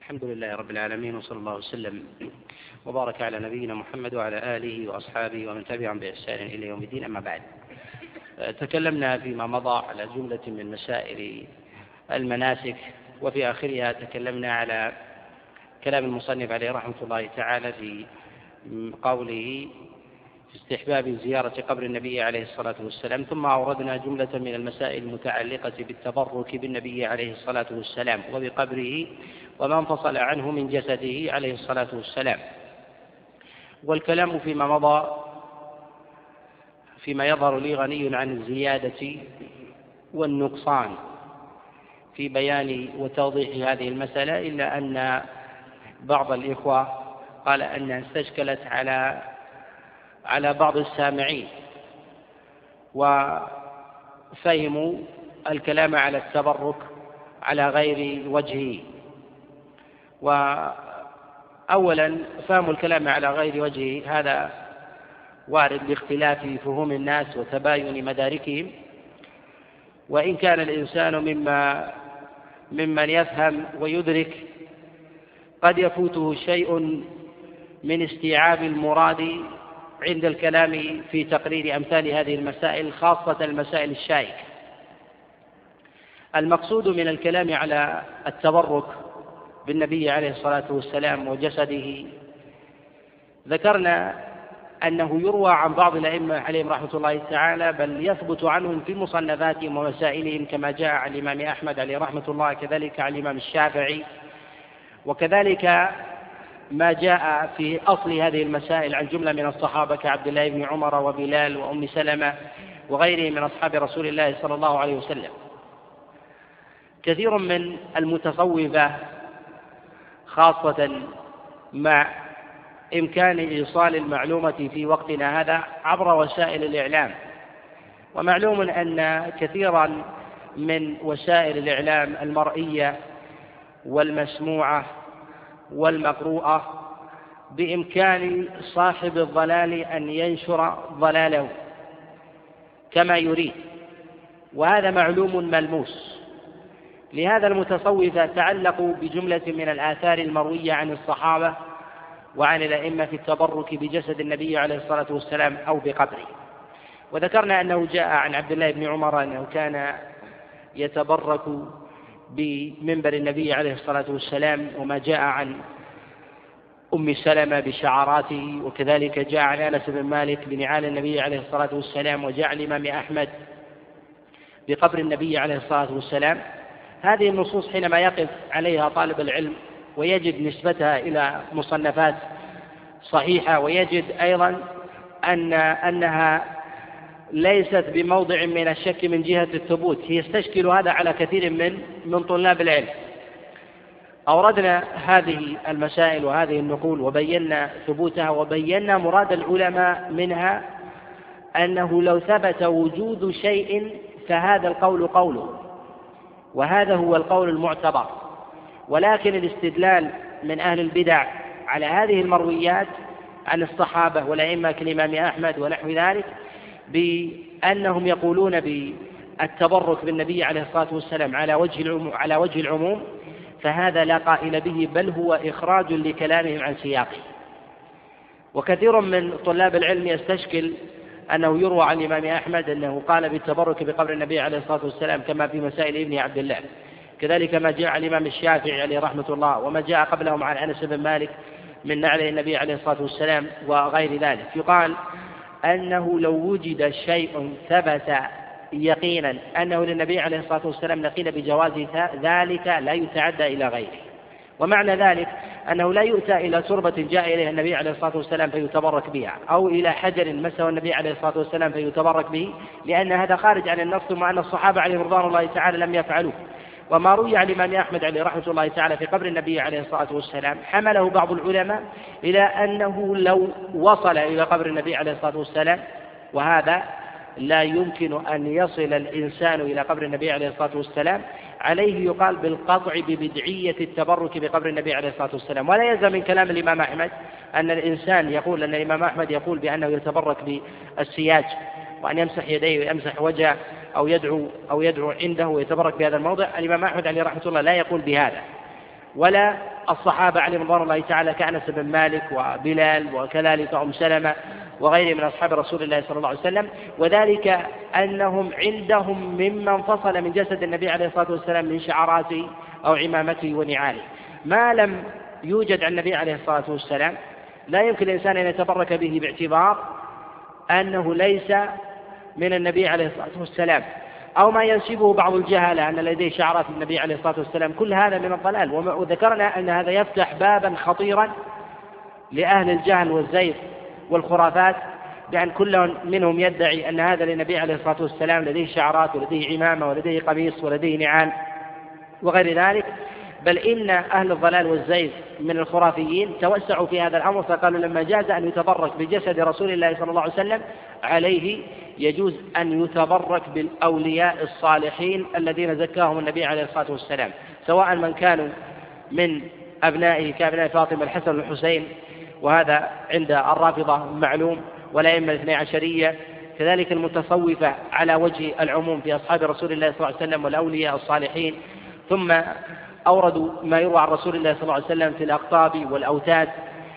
الحمد لله رب العالمين، وصلى الله وسلم وبارك على نبينا محمد وعلى آله وأصحابه ومن تبعهم بإحسان إلى يوم الدين. أما بعد، تكلمنا فيما مضى على جملة من مسائل المناسك، وفي آخرها تكلمنا على كلام المصنف عليه رحمة الله تعالى في قوله في استحباب زيارة قبر النبي عليه الصلاة والسلام، ثم أوردنا جملة من المسائل المتعلقة بالتبرك بالنبي عليه الصلاة والسلام وبقبره وما انفصل عنه من جسده عليه الصلاة والسلام. والكلام فيما مضى فيما يظهر لي غني عن الزيادة والنقصان في بيان وتوضيح هذه المسألة، إلا أن بعض الإخوة قال أنها استشكلت على بعض السامعين، وفهموا الكلام على التبرك على غير وجهه. وأولا فهم الكلام على غير وجهه هذا وارد لاختلاف فهوم الناس وتباين مداركهم، وإن كان الإنسان ممن يفهم ويدرك قد يفوته شيء من استيعاب المراد عند الكلام في تقرير أمثال هذه المسائل، خاصة المسائل الشائكة. المقصود من الكلام على التبرك بالنبي عليه الصلاة والسلام وجسده، ذكرنا أنه يروى عن بعض الأئمة عليهم رحمة الله تعالى، بل يثبت عنهم في مصنفاتهم ومسائلهم، كما جاء عن الإمام أحمد عليه رحمة الله، كذلك عن الإمام الشافعي، وكذلك ما جاء في أصل هذه المسائل عن جملة من الصحابة كعبد الله بن عمر وبلال وأم سلمة وغيرهم من أصحاب رسول الله صلى الله عليه وسلم. كثير من المتصوفة خاصة مع إمكان إيصال المعلومة في وقتنا هذا عبر وسائل الإعلام، ومعلوم أن كثيرا من وسائل الإعلام المرئية والمسموعة والمقروءة بإمكان صاحب الضلال أن ينشر ضلاله كما يريد، وهذا معلوم ملموس. لهذا المتصوفة تعلقوا بجملة من الآثار المروية عن الصحابة وعن الأئمة في التبرك بجسد النبي عليه الصلاة والسلام أو بقبره. وذكرنا أنه جاء عن عبد الله بن عمر أنه كان يتبرك بمنبر النبي عليه الصلاة والسلام، وما جاء عن أم سلمة بشعراته، وكذلك جاء عن أنس بن مالك بنعال النبي عليه الصلاة والسلام، وجاء عن الإمام أحمد بقبر النبي عليه الصلاة والسلام. هذه النصوص حينما يقف عليها طالب العلم ويجد نسبتها إلى مصنفات صحيحة، ويجد أيضا أنها ليست بموضع من الشك من جهة الثبوت، يستشكل هذا على كثير من طلاب العلم. أوردنا هذه المسائل وهذه النقول وبينا ثبوتها، وبينا مراد العلماء منها أنه لو ثبت وجود شيء فهذا القول قوله، وهذا هو القول المعتبر. ولكن الاستدلال من أهل البدع على هذه المرويات عن الصحابة والأئمة كالإمام أحمد ونحو ذلك بأنهم يقولون بالتبرك بالنبي عليه الصلاة والسلام على وجه العموم، فهذا لا قائل به، بل هو إخراج لكلامهم عن سياقه. وكثير من طلاب العلم يستشكل أنه يروى عن الإمام أحمد أنه قال بالتبرك بقبر النبي عليه الصلاة والسلام كما في مسائل ابن عبد الله، كذلك ما جاء عن الإمام الشافعي عليه رحمة الله، وما جاء قبلهم عن أنس بن مالك من نعل النبي عليه الصلاة والسلام وغير ذلك. يقال أنه لو وجد شيء ثبت يقينا أنه للنبي عليه الصلاة والسلام نقيل بجواز ذلك لا يتعدى إلى غيره. ومعنى ذلك أنه لا يؤتى إلى تربة جاء إليها النبي عليه الصلاة والسلام فيتبرك بها، أو إلى حجر مسه النبي عليه الصلاة والسلام فيتبرك به، لأن هذا خارج عن النص، مع أن الصحابة عليهم رضوان الله تعالى لم يفعلوه. وما روي عن الإمام أحمد عليه رحمة الله تعالى في قبر النبي عليه الصلاة والسلام حمله بعض العلماء إلى أنه لو وصل إلى قبر النبي عليه الصلاة والسلام، وهذا لا يمكن أن يصل الإنسان إلى قبر النبي عليه الصلاة والسلام، عليه يقال بالقطع ببدعية التبرك بقبر النبي عليه الصلاة والسلام. ولا يلزم من كلام الإمام أحمد أن الإنسان يقول أن الإمام أحمد يقول بأنه يتبرك بالسياج وأن يمسح يديه ويمسح وجهه أو يدعو عنده ويتبرك بهذا الموضع. الإمام أحمد عليه رحمة الله لا يقول بهذا، ولا الصحابة عليهم رضوان الله تعالى كأنس بن مالك وبلال وكذلك أم سلمة وغيرهم من أصحاب رسول الله صلى الله عليه وسلم، وذلك أنهم عندهم مما انفصل من جسد النبي عليه الصلاة والسلام من شعراته أو عمامته ونعاله ما لم يوجد عن النبي عليه الصلاة والسلام لا يمكن الإنسان أن يتبرك به باعتبار أنه ليس من النبي عليه الصلاة والسلام، أو ما ينسبه بعض الجهلة أن لديه شعرات النبي عليه الصلاة والسلام. كل هذا من الضلال، وذكرنا أن هذا يفتح بابا خطيرا لأهل الجهل والزيغ والخرافات، بأن كل منهم يدعي أن هذا للنبي عليه الصلاة والسلام لديه شعرات ولديه عمامة ولديه قميص ولديه نعال وغير ذلك. بل إن أهل الضلال والزيغ من الخرافيين توسعوا في هذا الأمر، فقالوا لما جاز أن يتبرك بجسد رسول الله صلى الله عليه وسلم عليه يجوز أن يتبرك بالأولياء الصالحين الذين زكاهم النبي عليه الصلاة والسلام، سواء من كانوا من أبنائه كأبناء فاطمة الحسن والحسين، وهذا عند الرافضة معلوم، والأئمة الاثني عشرية، كذلك المتصوفة على وجه العموم في أصحاب رسول الله صلى الله عليه وسلم والأولياء الصالحين. ثم أوردوا ما يروى عن رسول الله صلى الله عليه وسلم في الأقطاب والأوتاد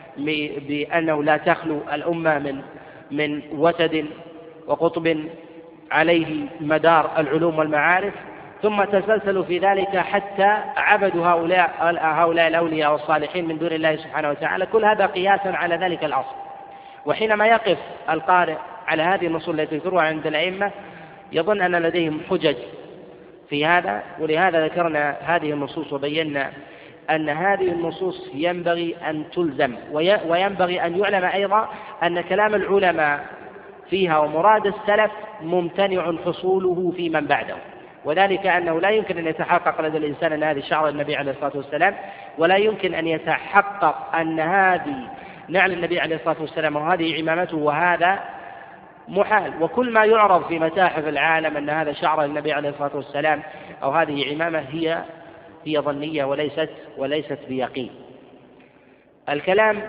بأنه لا تخلو الأمة من وتد وقطب عليه مدار العلوم والمعارف، ثم تسلسلوا في ذلك حتى عبدوا هؤلاء الأولياء والصالحين من دون الله سبحانه وتعالى. كل هذا قياسا على ذلك الأصل. وحينما يقف القارئ على هذه النصوص التي تروى عند الأئمة يظن أن لديهم حجج في هذا، ولهذا ذكرنا هذه النصوص وبينا أن هذه النصوص ينبغي أن تلزم، وينبغي أن يعلم أيضا أن كلام العلماء فيها ومراد السلف ممتنع حصوله في من بعده، وذلك أنه لا يمكن أن يتحقق لدى الإنسان أن هذه شعر النبي عليه الصلاة والسلام، ولا يمكن أن يتحقق أن هذه نعل النبي عليه الصلاة والسلام وهذه عمامته، وهذا محال. وكل ما يعرض في متاحف العالم أن هذا شعر النبي عليه الصلاة والسلام أو هذه عمامة هي ظنية وليست بيقين. الكلام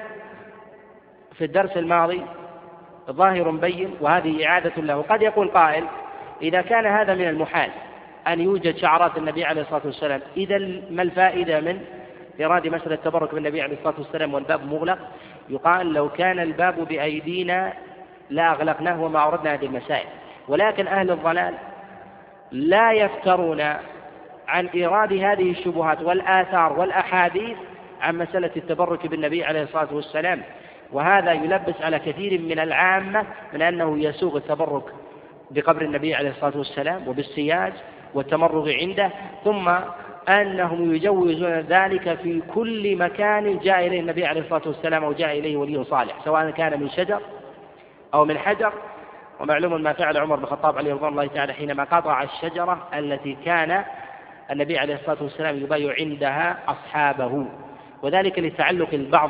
في الدرس الماضي ظاهر بين، وهذه إعادة له. قد يقول قائل إذا كان هذا من المحال أن يوجد شعرات النبي عليه الصلاة والسلام، إذا ما الفائدة من إراد مسألة التبرك بالنبي عليه الصلاة والسلام والباب مغلق؟ يقال لو كان الباب بأيدينا لا أغلقناه وما أوردنا هذه المسائل. ولكن أهل الضلال لا يفترون عن إيراد هذه الشبهات والآثار والأحاديث عن مسألة التبرك بالنبي عليه الصلاة والسلام، وهذا يلبس على كثير من العامة من أنه يسوغ التبرك بقبر النبي عليه الصلاة والسلام وبالسياج والتمرغ عنده، ثم أنهم يجوزون ذلك في كل مكان جاء إليه النبي عليه الصلاة والسلام أو جاء إليه ولي صالح، سواء كان من شجر أو من حجر. ومعلوم ما فعل عمر بن الخطاب عليه رضوان الله تعالى حينما قطع الشجرة التي كان النبي عليه الصلاة والسلام يبايع عندها أصحابه، وذلك لتعلق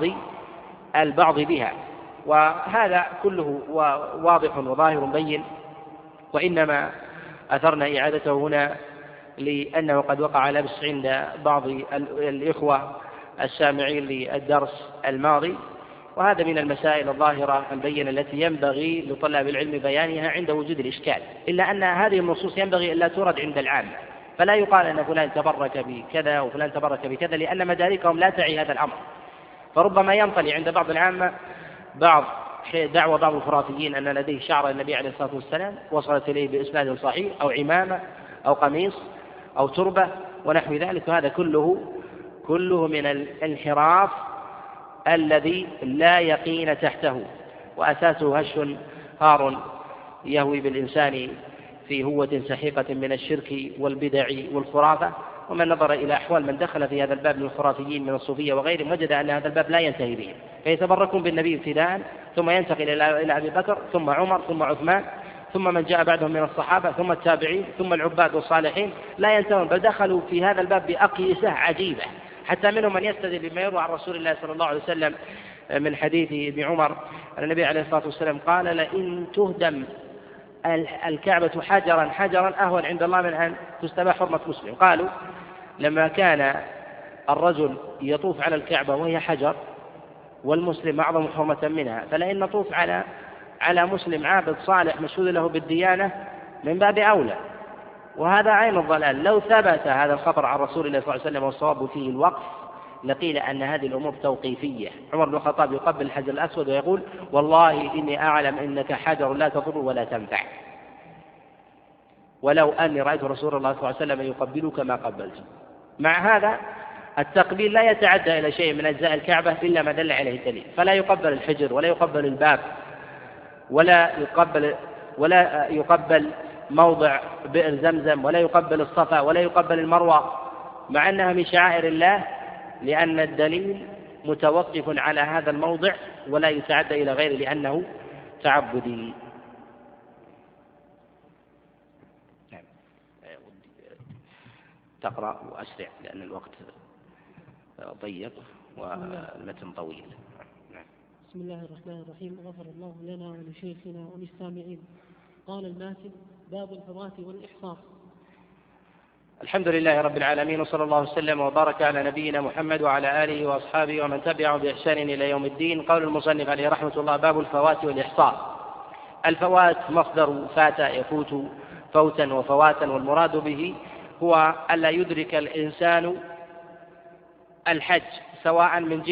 البعض بها. وهذا كله واضح وظاهر بين، وإنما أثرنا إعادته هنا لأنه قد وقع لبس عند بعض الإخوة السامعين للدرس الماضي، وهذا من المسائل الظاهرة البينة التي ينبغي لطلاب العلم بيانها عند وجود الإشكال، إلا أن هذه النصوص ينبغي ألا ترد عند العامة، فلا يقال أن فلان تبرك بكذا وفلان تبرك بكذا، لأن مداركهم لا تعي هذا الأمر. فربما ينطلي عند بعض العامة دعوى بعض الخرافيين أن لديه شعر النبي عليه الصلاة والسلام وصلت إليه بإسناد صحيح، أو عمامة أو قميص أو تربة ونحو ذلك، وهذا كله من الانحراف الذي لا يقين تحته، وأساسه هش هار يهوي بالإنسان في هوة سحيقة من الشرك والبدع والخرافة. ومن نظر إلى أحوال من دخل في هذا الباب من الخرافيين من الصوفية وغيرهم وجد أن هذا الباب لا ينتهي بهم، فيتبركون بالنبي ابتداء، ثم ينتقل إلى أبي بكر، ثم عمر، ثم عثمان، ثم من جاء بعدهم من الصحابة، ثم التابعين، ثم العباد والصالحين، لا ينتهون، بل دخلوا في هذا الباب بأقيسة عجيبة. حتى منهم من يستدل بما يروى عن رسول الله صلى الله عليه وسلم من حديث ابن عمر أن النبي عليه الصلاة والسلام قال: لئن تهدم الكعبة حجرا أهون عند الله من أن تستباح حرمة مسلم. قالوا لما كان الرجل يطوف على الكعبة وهي حجر والمسلم أعظم حرمة منها، فلئن نطوف على مسلم عابد صالح مشهود له بالديانة من باب أولى. وهذا عين الضلال. لو ثبت هذا الخبر عن رسول الله صلى الله عليه وسلم والصواب فيه الوقف لقيل أن هذه الأمور توقيفية. عمر بن الخطاب يقبل الحجر الأسود ويقول والله إني أعلم إنك حجر لا تضر ولا تنفع، ولو أني رأيت رسول الله صلى الله عليه وسلم يقبلك ما قبلت. مع هذا التقبيل لا يتعدى إلى شيء من أجزاء الكعبة إلا ما دل عليه الدليل، فلا يقبل الحجر ولا يقبل الباب ولا يقبل موضع بئر زمزم ولا يقبل الصفا ولا يقبل المروة، مع أنها من شعائر الله، لأن الدليل متوقف على هذا الموضع ولا يتعدى إلى غيره لأنه تعبدي. تقرأ وأسرع لأن الوقت ضيق والمتن طويل. بسم الله الرحمن الرحيم. غفر الله لنا ولشيخنا وللسامعين. قال الماتن: باب الفوات والإحصار. الحمد لله رب العالمين، وصلى الله وسلم وبارك على نبينا محمد وعلى آله وأصحابه ومن تبعه بإحسان إلى يوم الدين. قول المصنف عليه رحمة الله: باب الفوات والإحصار. الفوات مصدر فات يفوت فوتا وفواتا، والمراد به هو ألا يدرك الإنسان الحج سواء من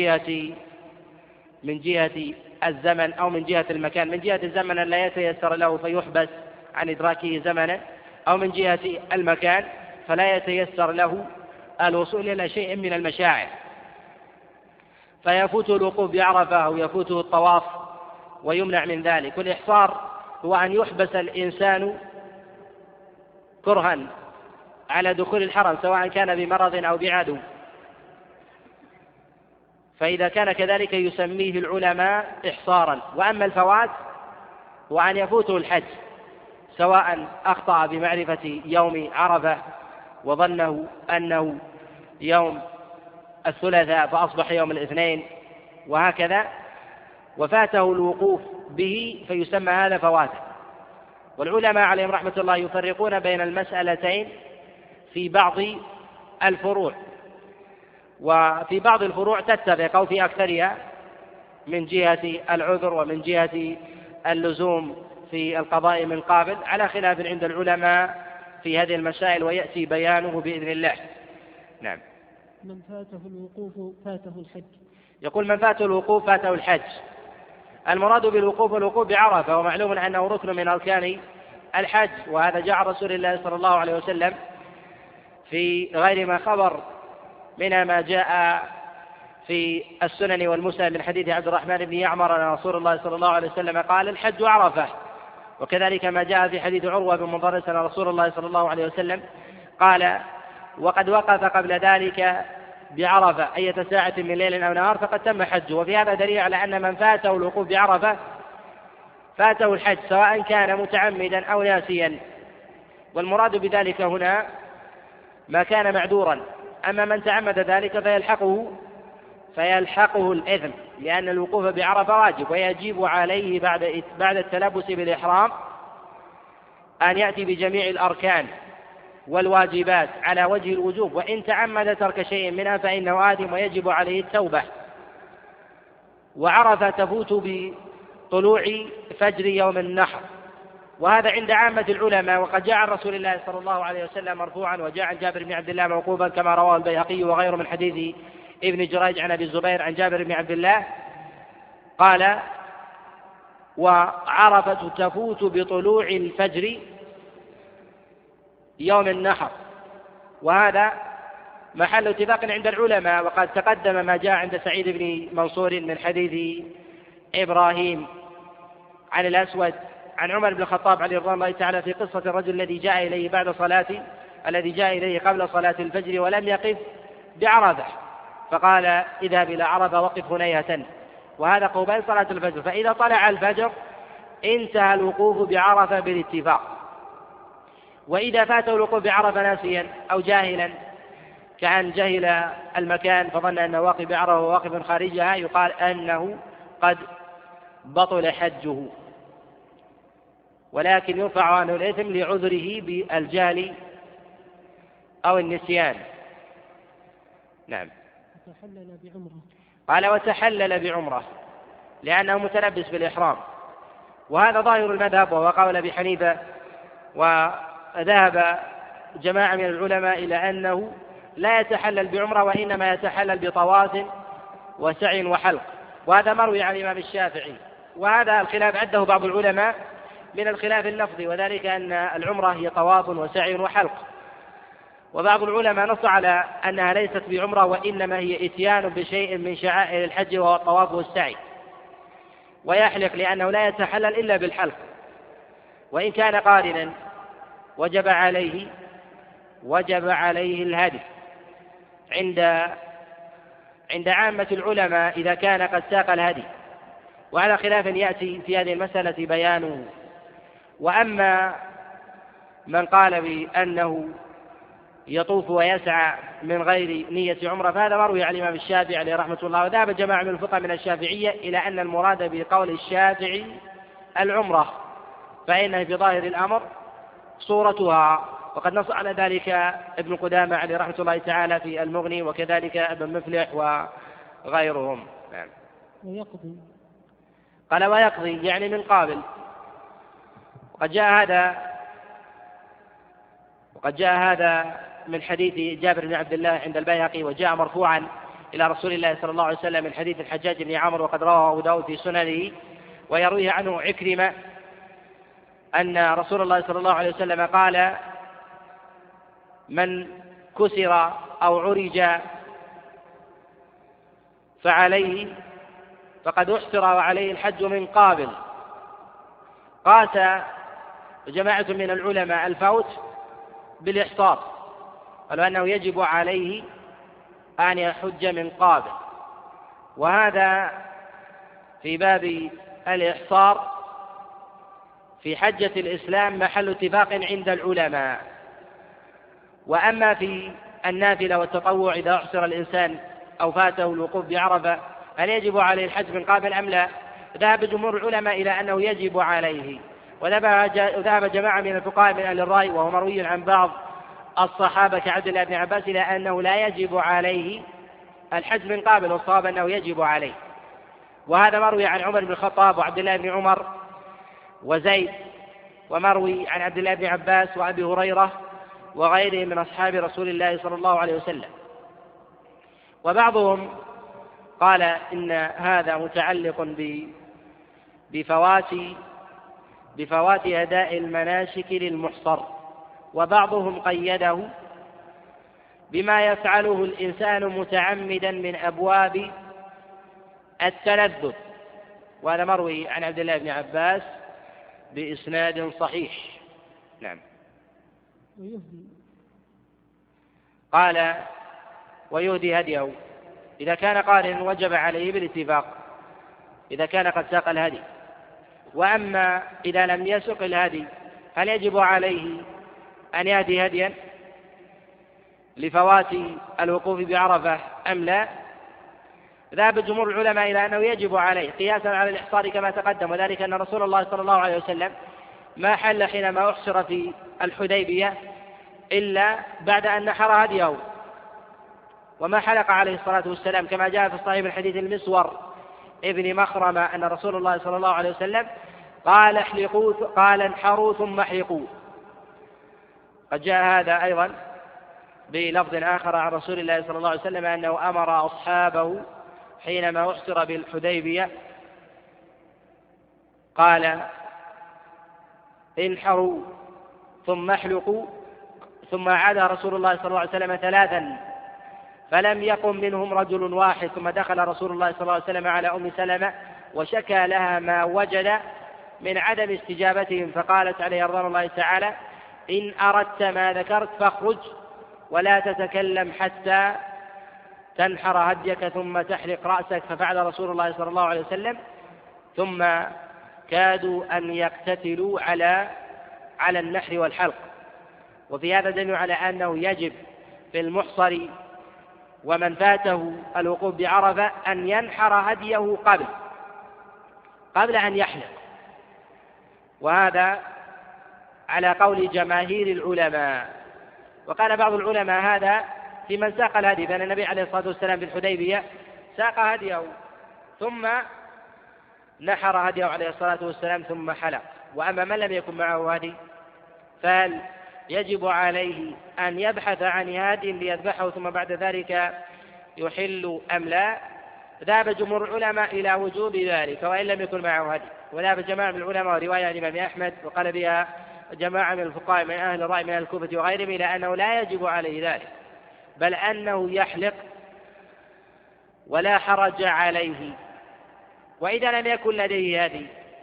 جهة الزمن أو من جهة المكان. من جهة الزمن لا يتيسر له فيحبس عن إدراكه زمنا، أو من جهة المكان فلا يتيسر له الوصول إلى شيء من المشاعر فيفوت الوقوف بعرفة أو يفوته الطواف ويمنع من ذلك. والإحصار هو أن يحبس الإنسان كرها على دخول الحرم سواء كان بمرض أو بعدو، فإذا كان كذلك يسميه العلماء إحصارا. وأما الفوات هو أن يفوته الحج سواء أخطأ بمعرفة يوم عرفة وظنه أنه يوم الثلاثاء فأصبح يوم الاثنين وهكذا، وفاته الوقوف به فيسمى هذا فواتا. والعلماء عليهم رحمة الله يفرقون بين المسألتين في بعض الفروع، وفي بعض الفروع تتفق أو في أكثرها من جهة العذر ومن جهة اللزوم في القضاء من قابل، على خلاف عند العلماء في هذه المسائل ويأتي بيانه بإذن الله. نعم. من فاته الوقوف فاته الحج. يقول: من فاته الوقوف فاته الحج. المراد بالوقوف الوقوف بعرفة، ومعلوم أنه ركن من أركان الحج، وهذا جاء رسول الله صلى الله عليه وسلم في غير ما خبر، منها ما جاء في السنن والمسند من حديث عبد الرحمن بن يعمر أن رسول الله صلى الله عليه وسلم قال: الحج عرفة. وكذلك ما جاء في حديث عروة بن مضرس أن رسول الله صلى الله عليه وسلم قال: وقد وقف قبل ذلك بعرفة أية ساعة من ليل أو نهار فقد تم حجه. وفي هذا دليل على أن من فاته الوقوف بعرفة فاته الحج سواء كان متعمدا أو ناسيا، والمراد بذلك هنا ما كان معذورا. أما من تعمد ذلك فيلحقه الإثم، لأن الوقوف بعرفة واجب، ويجب عليه بعد التلبس بالإحرام أن يأتي بجميع الأركان والواجبات على وجه الوجوب، وإن تعمد ترك شيء منها فإنه آثم ويجب عليه التوبة. وعرفة تفوت بطلوع فجر يوم النحر، وهذا عند عامة العلماء، وقد جاء عن رسول الله صلى الله عليه وسلم مرفوعا، وجاء عن جابر بن عبد الله موقوفا كما رواه البيهقي وغيره من حديث ابن جريج عن أبي الزبير عن جابر بن عبد الله قال: وعرفة تفوت بطلوع الفجر يوم النحر. وهذا محل اتفاق عند العلماء، وقد تقدم ما جاء عند سعيد بن منصور من حديث إبراهيم عن الأسود عن عمر بن الخطاب عليه رضي الله تعالى في قصة الرجل الذي جاء إليه قبل صلاة الفجر ولم يقف بعرفة، فقال: اذهب إلى عرفة وقف هنيهة، وهذا قبيل صلاة الفجر. فإذا طلع الفجر انتهى الوقوف بعرفة بالاتفاق. وإذا فاته الوقوف بعرفة ناسيا أو جاهلا، كأن جهل المكان فظن أنه واقف بعرفة وواقف خارجها، يقال أنه قد بطل حجه، ولكن يرفع عنه الإثم لعذره بالجهل أو النسيان. نعم. قال: وتحلل بعمرة لأنه متلبس بالإحرام، وهذا ظاهر المذهب وهو قول أبي حنيفة، وذهب جماعة من العلماء إلى أنه لا يتحلل بعمرة وإنما يتحلل بطواف وسعي وحلق، وهذا مروي عن الإمام الشافعي. وهذا الخلاف عده بعض العلماء من الخلاف اللفظي، وذلك أن العمرة هي طواف وسعي وحلق، وبعض العلماء نص على أنها ليست بعمرة وإنما هي إتيان بشيء من شعائر الحج وهو الطواف والسعي، ويحلق لأنه لا يتحلل إلا بالحلق، وإن كان قارنا وجب عليه الهدي عند عامة العلماء إذا كان قد ساق الهدي، وعلى خلاف يأتي في هذه المسألة بيانه. وأما من قال بأنه يطوف ويسعى من غير نية عمرة فهذا مروي عن الإمام الشافعي عليه رحمة الله، وذهب جماعة من الفقهاء من الشافعية إلى أن المراد بقول الشافعي العمرة، فإنه في ظاهر الأمر صورتها، وقد نص على ذلك ابن قدامة عليه رحمة الله تعالى في المغني، وكذلك ابن مفلح وغيرهم. نعم. قال ويقضي يعني من قابل. وقد جاء هذا من حديث جابر بن عبد الله عند البيهقي، وجاء مرفوعا إلى رسول الله صلى الله عليه وسلم من حديث الحجاج بن عمرو، وقد رواه أبو داود في سننه، ويرويه عنه عكرمة أن رسول الله صلى الله عليه وسلم قال: من كسر أو عرج فعليه فقد احسر وعليه الحج من قابل. قاس جماعة من العلماء الفوت بالإحصار، قالوا أنه يجب عليه أن يحج من قابل، وهذا في باب الإحصار في حجة الإسلام محل اتفاق عند العلماء. وأما في النافلة والتطوع إذا أحصر الإنسان أو فاته الوقوف بعرفة هل يجب عليه الحج من قابل أم لا؟ ذهب جمهور العلماء إلى أنه يجب عليه، وذهب جماعة من الفقهاء من أهل الرأي وهو مروي عن بعض الصحابة كعبد الله بن عباس إلى أنه لا يجب عليه الحج من قابل، والصواب أنه يجب عليه. وهذا مروي عن عمر بن الخطاب وعبد الله بن عمر وزيد، ومروي عن عبد الله بن عباس وأبي هريرة وغيرهم من أصحاب رسول الله صلى الله عليه وسلم. وبعضهم قال إن هذا متعلق بفوات أداء المناسك للمحصر، وبعضهم قيده بما يفعله الإنسان متعمدا من أبواب التلذذ، وهذا مروي عن عبد الله بن عباس بإسناد صحيح. نعم. قال ويهدي هديه إذا كان قارن وجب عليه بالاتفاق إذا كان قد ساق الهدي. وأما إذا لم يسق الهدي هل يجب عليه أن يهدي هديا لفوات الوقوف بعرفة أم لا؟ ذهب جمهور العلماء إلى أنه يجب عليه قياسا على الإحصار كما تقدم، وذلك أن رسول الله صلى الله عليه وسلم ما حل حينما أحصر في الحديبية إلا بعد أن نحر هديه، وما حلق عليه الصلاة والسلام، كما جاء في الصحيح من حديث المسور ابن مخرمة أن رسول الله صلى الله عليه وسلم قال انحروا ثم احلقوا. قد جاء هذا أيضا بلفظ آخر عن رسول الله صلى الله عليه وسلم أنه أمر أصحابه حينما أحصر بالحديبية قال انحروا ثم احلقوا، ثم عاد رسول الله صلى الله عليه وسلم ثلاثا فلم يقم منهم رجل واحد، ثم دخل رسول الله صلى الله عليه وسلم على أم سلمة وشكى لها ما وجد من عدم استجابتهم، فقالت عليه رضوان الله تعالى: إن أردت ما ذكرت فاخرج ولا تتكلم حتى تنحر هديك ثم تحلق رأسك. ففعل رسول الله صلى الله عليه وسلم، ثم كادوا أن يقتتلوا على النحر والحلق. وفي هذا دليل على أنه يجب في المحصر ومن فاته الوقوف بعرفة أن ينحر هديه قبل أن يحلق، وهذا على قول جماهير العلماء. وقال بعض العلماء هذا في من ساق الهدي، بأن النبي عليه الصلاة والسلام في الحديبية ساق هديه ثم نحر هديه عليه الصلاة والسلام ثم حلق. وأما من لم يكن معه هدي فهل يجب عليه أن يبحث عن هاد ليذبحه ثم بعد ذلك يحل أم لا؟ ذهب جمهور العلماء إلى وجوب ذلك وإن لم يكن معه هدي، وذهب جماعة من العلماء ورواية عن الإمام أحمد وقال بها جماعة من الفقهاء من أهل الرأي من الكوفة وغيرهم إلى أنه لا يجب عليه ذلك، بل أنه يحلق ولا حرج عليه. وإذا لم يكن لديه هدي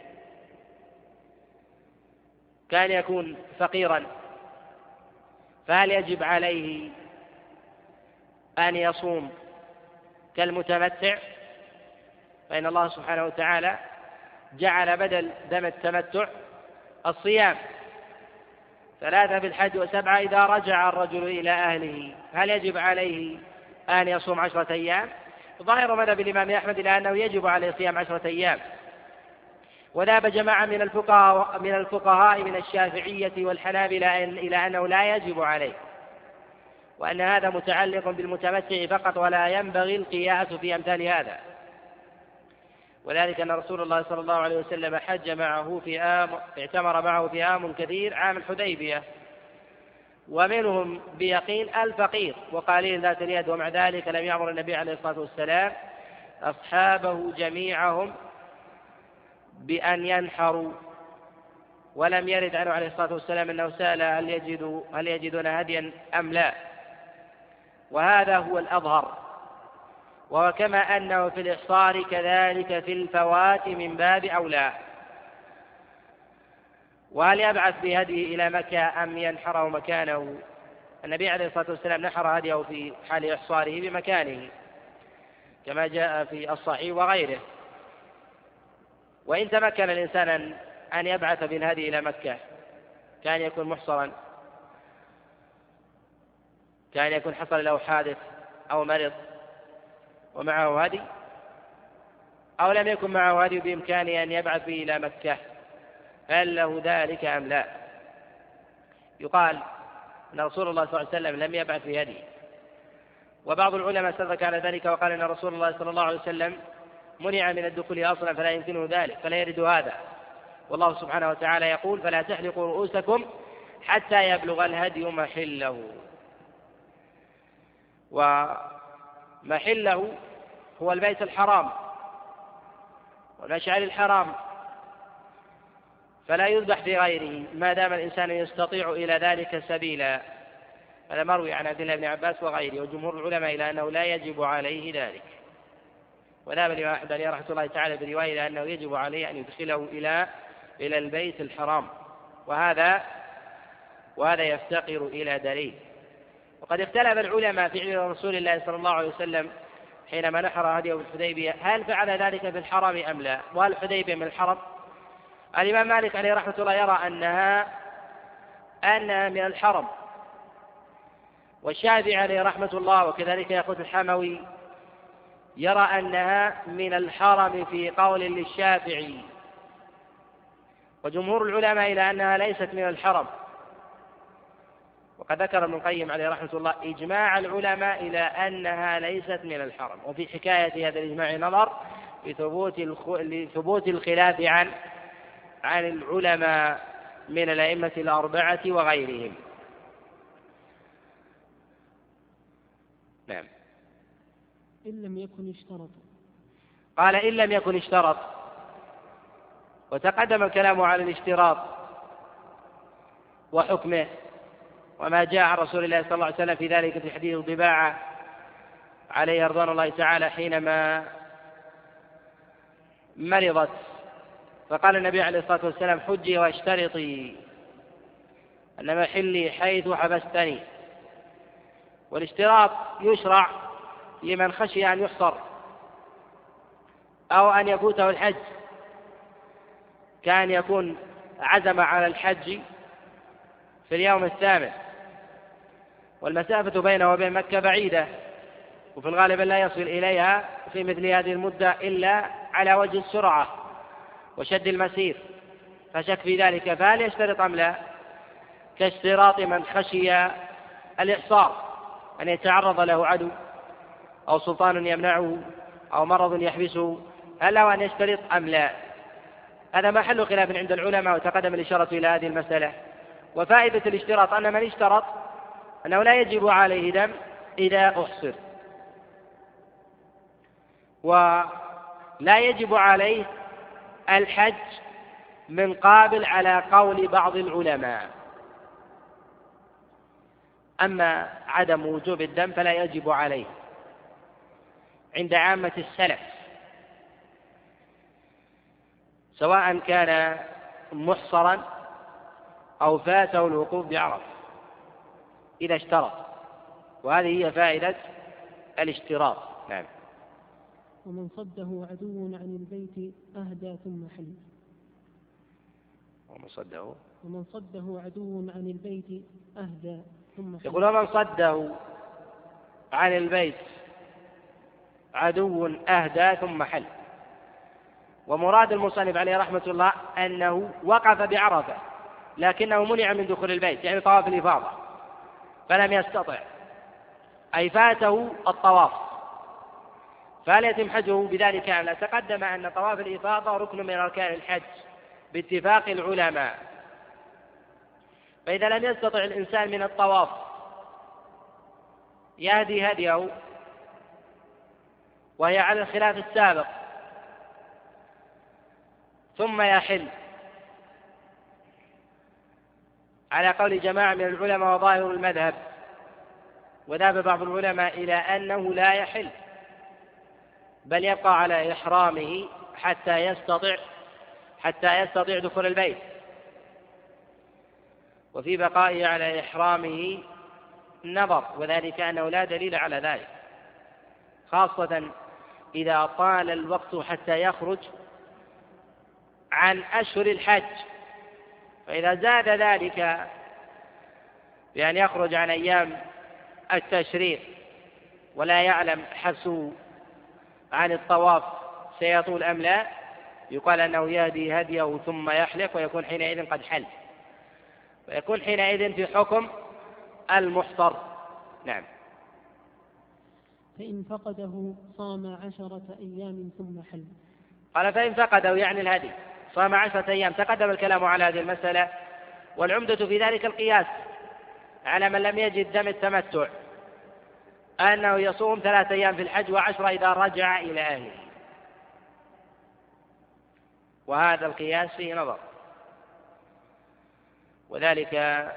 كان يكون فقيرا، فهل يجب عليه أن يصوم كالمتمتع؟ فإن الله سبحانه وتعالى جعل بدل دم التمتع الصيام 3 في الحج و7 إذا رجع الرجل إلى أهله. هل يجب عليه أن يصوم 10 أيام؟ ظاهر مذهب الإمام أحمد إلى أنه يجب عليه صيام 10 أيام، وذهب جماعة من الفقهاء من الشافعية والحنابلة إلى أنه لا يجب عليه، وأن هذا متعلق بالمتمتع فقط ولا ينبغي القياس في أمثال هذا. وذلك أن رسول الله صلى الله عليه وسلم حج معه اعتمر معه في عام كثير عام الحديبية، ومنهم بيقين الفقير وقليل ذات اليد، ومع ذلك لم يأمر النبي عليه الصلاة والسلام أصحابه جميعهم بأن ينحروا، ولم يرد عنه عليه الصلاة والسلام أنه سأل هل يجدون هديا أم لا، وهذا هو الأظهر. وكما أنه في الإحصار كذلك في الفوات من باب أولى. وهل يبعث بهديه إلى مكة أم ينحره مكانه؟ النبي عليه الصلاة والسلام نحر هديه في حال إحصاره بمكانه كما جاء في الصحيح وغيره. وإن تمكن الإنسان أن يبعث بالهدي إلى مكة كان يكون محصرا، كان يكون حصل له حادث أو مرض ومعه هدي، أو لم يكن معه هدي بإمكانه أن يبعث به إلى مكة، هل له ذلك أم لا؟ يقال أن رسول الله صلى الله عليه وسلم لم يبعث بهدي، وبعض العلماء استدرك على ذلك وقال أن رسول الله صلى الله عليه وسلم منع من الدخول أصلا فلا يمكنه ذلك، فلا يرد هذا. والله سبحانه وتعالى يقول فلا تحلقوا رؤوسكم حتى يبلغ الهدي محله. ومحله هو البيت الحرام والمشعر الحرام، فلا يذبح في غيره ما دام الإنسان يستطيع إلى ذلك سبيلا. هذا مروي عن عبد الله بن عباس وغيره، وجمهور العلماء إلى أنه لا يجب عليه ذلك. وذهب الإمام أحمد عليه رحمة الله تعالى برواية إلى أنه يجب عليه أن يدخله إلى البيت الحرام، وهذا يفتقر إلى دليل. وقد اختلف العلماء في فعل رسول الله صلى الله عليه وسلم حينما نحر هديه بالحديبية، هل فعل ذلك في الحرم أم لا؟ وهل الحديبية من الحرم؟ الإمام مالك عليه رحمة الله يرى أنها من الحرم، والشافعي عليه رحمة الله وكذلك يقول الحموي يرى أنها من الحرم في قول للشافعي، وجمهور العلماء إلى أنها ليست من الحرم. وقد ذكر ابن القيم عليه رحمة الله إجماع العلماء إلى أنها ليست من الحرم، وفي حكاية هذا الإجماع نظر لثبوت الخلاف عن العلماء من الأئمة الأربعة وغيرهم. نعم. إن لم يكن اشترط. قال إن لم يكن اشترط، وتقدم الكلام على الاشتراط وحكمه وما جاء عن رسول الله صلى الله عليه وسلم في ذلك في حديث ضباعة عليه رضوان الله تعالى حينما مرضت، فقال النبي عليه الصلاة والسلام حجي واشترطي أن محلي حيث حبستني. والاشتراط يشرع لمن خشي أن يحصر أو أن يفوته الحج، كان يكون عزم على الحج في اليوم الثامن، والمسافة بينه وبين مكة بعيدة، وفي الغالب لا يصل إليها في مثل هذه المدة إلا على وجه السرعة وشد المسير، فشك في ذلك، فهل يشترط أم لا؟ كاشتراط من خشي الإحصار، أن يتعرض له عدو أو سلطان يمنعه أو مرض يحبسه، هل له أن يشترط أم لا؟ هذا محل خلاف عند العلماء، وتقدم الإشارة إلى هذه المسألة. وفائدة الاشتراط أن من اشترط أنه لا يجب عليه دم إذا أحصر، ولا يجب عليه الحج من قابل على قول بعض العلماء. أما عدم وجوب الدم فلا يجب عليه عند عامة السلف، سواء كان محصرا أو فاته الوقوف بعرفة إذا اشترط، وهذه هي فائدة الاشتراط. نعم. ومن صده عدو عن البيت أهدى ثم حل. ومن صده عدو عن البيت أهدى ثم حل. يقول ومن صده عن البيت عدو أهدى ثم حل. ومراد المصنف عليه رحمة الله أنه وقف بعرفة لكنه منع من دخول البيت، يعني طواف الإفاضة، فلم يستطع، أي فاته الطواف، فهل يتم حجه بذلك أم لا؟ تقدم أن طواف الإفاضة ركن من أركان الحج باتفاق العلماء، فإذا لم يستطع الإنسان من الطواف يهدي هديه، وهي على الخلاف السابق، ثم يحل على قول جماعة من العلماء وظاهر المذهب، وذهب بعض العلماء إلى أنه لا يحل بل يبقى على إحرامه حتى يستطيع دخول البيت، وفي بقائه على إحرامه نظر، وذلك أنه لا دليل على ذلك، خاصة إذا طال الوقت حتى يخرج عن أشهر الحج. فإذا زاد ذلك بأن يخرج عن أيام التشريق ولا يعلم حبسه عن الطواف سيطول أم لا، يقال أنه يهدي هديه ثم يحلق، ويكون حينئذ قد حل، ويكون حينئذ في حكم المحصر. نعم. فإن فقده صام 10 أيام ثم حل. قال فإن فقده يعني الهدي صام 10 أيام. تقدم الكلام على هذه المسألة، والعمدة في ذلك القياس على من لم يجد دم التمتع، أنه يصوم 3 أيام في الحج و10 إذا رجع إلى أهله، وهذا القياس فيه نظر، وذلك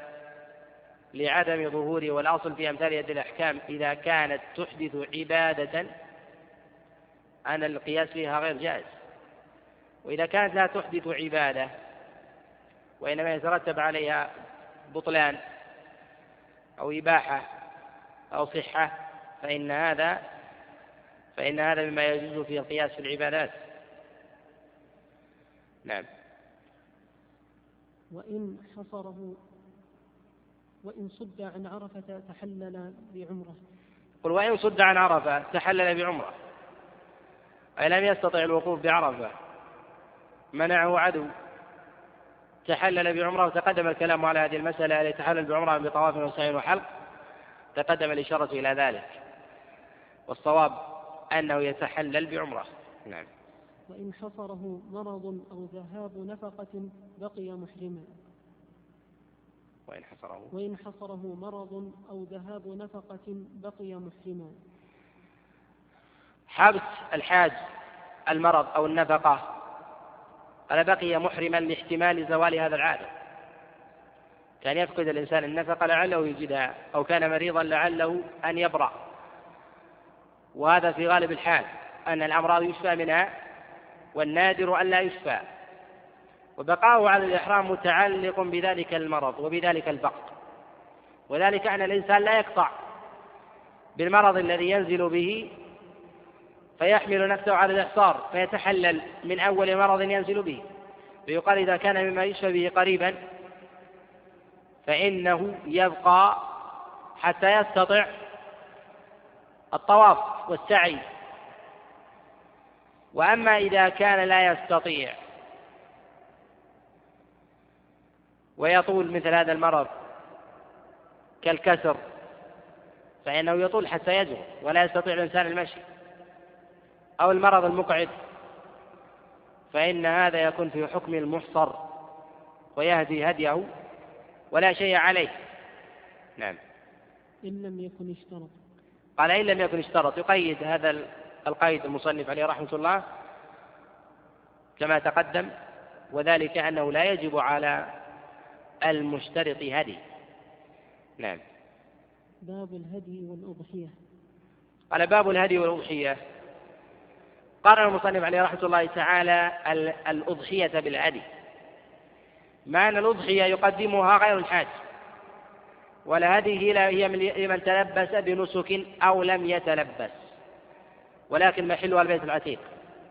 لعدم ظهوره، والأصل في أمثال هذه الأحكام إذا كانت تحدث عبادة أن القياس فيها غير جائز، وإذا كانت لا تحدث عبادة وإنما يترتب عليها بطلان أو إباحة أو صحة فإن هذا مما يجوز فيه القياس في العبادات. نعم. وإن صد عن عرفة تحلل بعمرة. قل وإن صد عن عرفة تحلل بعمرة، أي لم يستطع الوقوف بعرفة، منعه عدو، تحلل بعمرة. وتقدم الكلام على هذه المسألة، يتحلل بعمرة بطواف وسعي وحلق، تقدم الإشارة إلى ذلك، والصواب أنه يتحلل بعمرة. نعم. وإن حصره مرض أو ذهاب نفقة بقي محرما. وإن حصره مرض أو ذهاب نفقة بقي محرما. حبس الحاج المرض أو النفقة قال بقي محرما لاحتمال زوال هذا العادة، كان يفقد الإنسان النفقة لعله يجدها، أو كان مريضا لعله أن يبرأ، وهذا في غالب الحال أن الأمراض يشفى منها، والنادر أن لا يشفى، وبقاؤه على الإحرام متعلق بذلك المرض وبذلك الفقد، وذلك أن الإنسان لا يقطع بالمرض الذي ينزل به فيحمل نفسه على الإحصار فيتحلل من أول مرض ينزل به، فيقال إذا كان مما يشفى به قريبا فإنه يبقى حتى يستطع الطواف والسعي. وأما إذا كان لا يستطيع ويطول مثل هذا المرض كالكسر فإنه يطول حتى يجرؤ ولا يستطيع الإنسان المشي، أو المرض المقعد، فإن هذا يكون في حكم المحصر ويهدي هديه ولا شيء عليه. نعم. إن لم يكن اشترط. قال إن لم يكن اشترط، يقيد هذا القيد المصنف عليه رحمة الله كما تقدم، وذلك أنه لا يجب على المشترط هدي. نعم. باب الهدي والأضحية. قال باب الهدي والأضحية. قارن المصنف عليه رحمة الله تعالى الأضحية بالهدي، مع أن الأضحية يقدمها غير الحاج، والهدي هي لمن تلبس بنسك أو لم يتلبس، ولكن محلها البيت العتيق،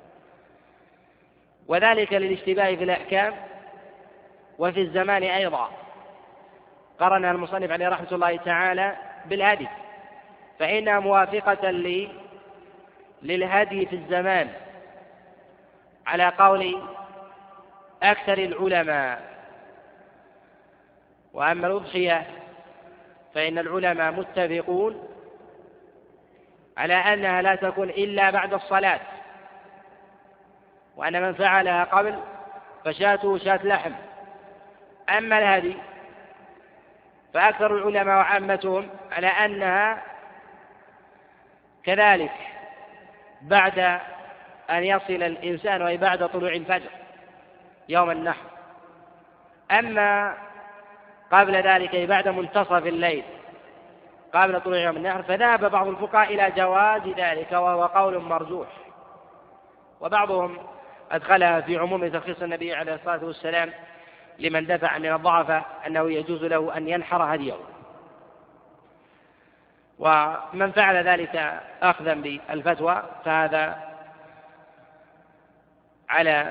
وذلك للاشتباه في الأحكام وفي الزمان أيضا. قرن المصنف عليه رحمة الله تعالى بالهدي، فإنها موافقة للهدي في الزمان على قول أكثر العلماء. وأما الأضحية فإن العلماء متفقون على أنها لا تكون إلا بعد الصلاة، وأن من فعلها قبل فشاته شاة لحم. أما الهدي فأكثر العلماء وعامتهم على أنها كذلك بعد أن يصل الإنسان، وهي بعد طلوع الفجر يوم النحر. أما قبل ذلك بعد منتصف الليل قبل طلوع يوم النحر فذهب بعض الفقهاء إلى جواز ذلك، وهو قول مرجوح، وبعضهم أدخلها في عموم ترخيص النبي عليه الصلاة والسلام لمن دفع من الضعف أنه يجوز له أن ينحر هديه. ومن فعل ذلك أخذا بالفتوى فهذا على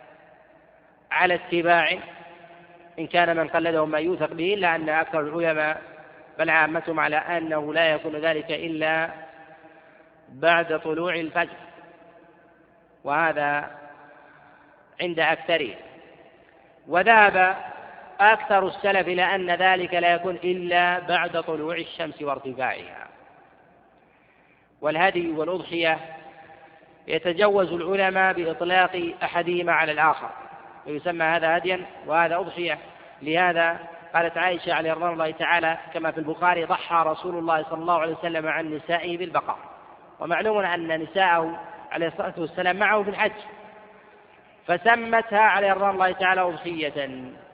اتباع إن كان من قلده ما يوثق به، إلا أن أكثر العلماء بل عامتهم على أنه لا يكون ذلك إلا بعد طلوع الفجر، وهذا عند أكثرهم. وذهب أكثر السلف إلى أن ذلك لا يكون إلا بعد طلوع الشمس وارتفاعها. والهدي والأضحية يتجوز العلماء بإطلاق أحدهما على الآخر، ويسمى هذا هديا وهذا أضحية. لهذا قالت عائشة عليه رضوان الله تعالى كما في البخاري: ضحى رسول الله صلى الله عليه وسلم عن نسائه بالبقر. ومعلوم أن نساءه عليه الصلاة والسلام معه في الحج، فسمتها عليه رضوان الله تعالى أضحية،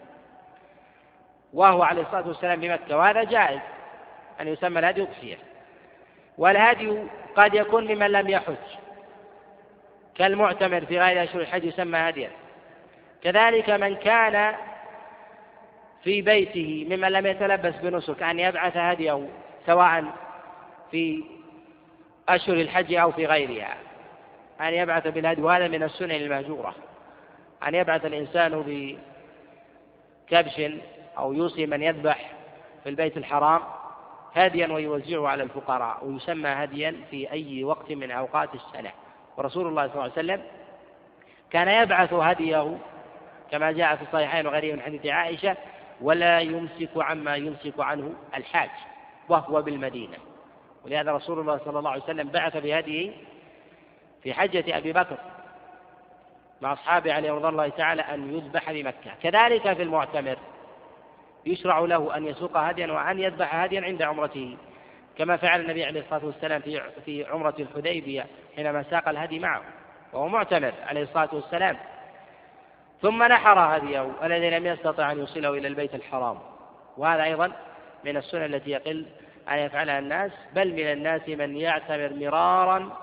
وهو عليه الصلاة والسلام بمكة، وهذا جائز أن يسمى الهدي أضحية. والهدي قد يكون لمن لم يحج كالمعتمر في غير أشهر الحج يسمى هديا. كذلك من كان في بيته ممن لم يتلبس بنسك أن يبعث هديه سواء في أشهر الحج أو في غيرها، أن يبعث بالهدي، وهذا من السنن المهجورة، أن يبعث الإنسان بكبش أو يوصي من يذبح في البيت الحرام هديا ويوزعه على الفقراء، ويسمى هديا في أي وقت من أوقات السنة. ورسول الله صلى الله عليه وسلم كان يبعث هديه كما جاء في الصحيحين وغيره من حديث عائشة: ولا يمسك عما يمسك عنه الحاج وهو بالمدينة. ولهذا رسول الله صلى الله عليه وسلم بعث بهديه في حجة أبي بكر مع أصحابه عليه رضوان الله تعالى أن يذبح بمكة. كذلك في المعتمر يشرع له أن يسوق هديا وأن يذبح هديا عند عمرته، كما فعل النبي عليه الصلاة والسلام في عمرة الحديبية حينما ساق الهدي معه وهو معتمر عليه الصلاة والسلام، ثم نحر هديه الذي لم يستطع أن يوصله إلى البيت الحرام. وهذا أيضا من السنن التي يقل أن يفعلها الناس، بل من الناس من يعتمر مرارا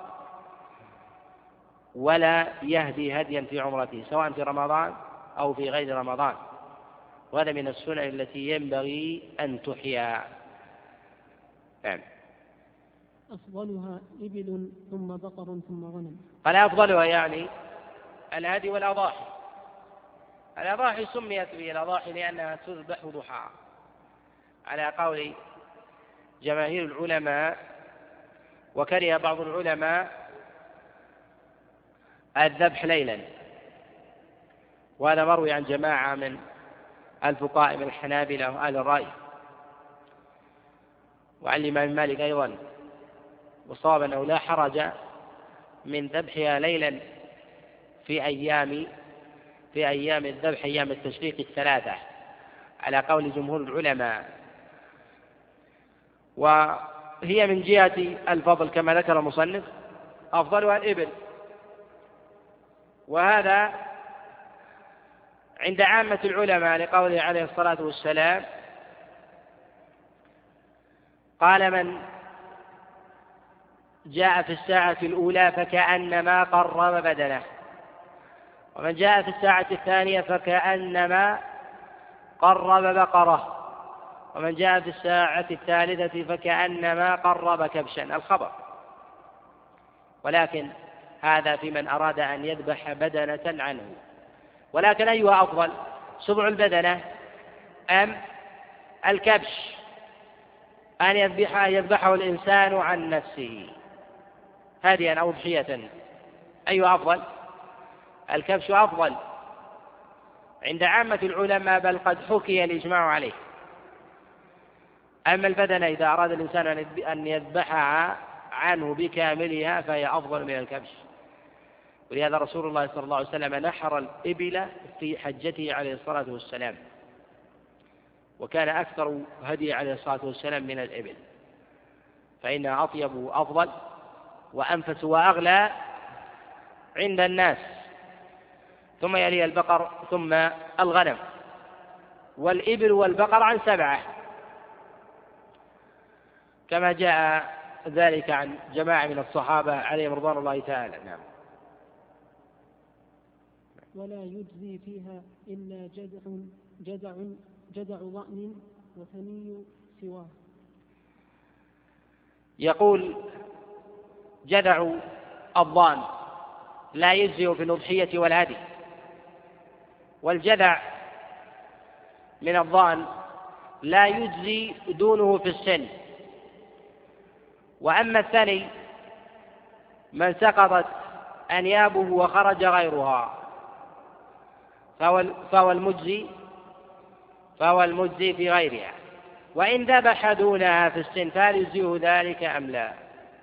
ولا يهدي هديا في عمرته سواء في رمضان أو في غير رمضان، وهذا من السنن التي ينبغي أن تحيا. نعم. أفضلها إبل ثم بقر ثم غنم. قال أفضلها يعني الهدي والأضاحي. الأضاحي سميت به الأضاحي لأنها تذبح ضحى على قول جماهير العلماء، وكره بعض العلماء الذبح ليلا، وهذا مروي عن جماعة من الفقهاء من الحنابلة وأهل الرأي وعن الإمام مالك أيضا، وصاب أنه لا حرج من ذبحها ليلا في أيام الذبح، أيام التشريق الثلاثة. على قول جمهور العلماء. وهي من جهة الفضل كما ذكر المصنف أفضلها الإبل، وهذا عند عامة العلماء لقوله عليه الصلاة والسلام: قال من جاء في الساعة الأولى فكأنما قرب بدنه، ومن جاء في الساعة الثانية فكأنما قرب بقرة، ومن جاء في الساعة الثالثة فكأنما قرب كبشا. الخبر. ولكن هذا في من أراد أن يذبح بدنة عنه. ولكن أيها أفضل، سبع البدنة أم الكبش؟ أن يذبحه الإنسان عن نفسه هديا أو أضحية، أيها أفضل؟ الكبش أفضل عند عامة العلماء، بل قد حكي الإجماع عليه. أما البدنة إذا أراد الإنسان أن يذبحها عنه بكاملها فهي أفضل من الكبش. ولهذا رسول الله صلى الله عليه وسلم نحر الإبل في حجته عليه الصلاة والسلام، وكان أكثر هدي عليه الصلاة والسلام من الإبل، فإنها أطيب وأفضل وأنفس وأغلى عند الناس، ثم يلي البقر ثم الغنم. والإبل والبقر عن 7 كما جاء ذلك عن جماعة من الصحابة عليهم رضوان الله تعالى. نعم. ولا يجزي فيها إلا جدع ضأن وثني سواه. يقول: جدع الضأن لا يجزي في الأضحية والهدي، والجدع من الضأن لا يجزي دونه في السن. وأما الثني من سقطت أنيابه وخرج غيرها فهو المجزي في غيرها، وإن ذبح دونها في السن فهل يجزيه ذلك أم لا؟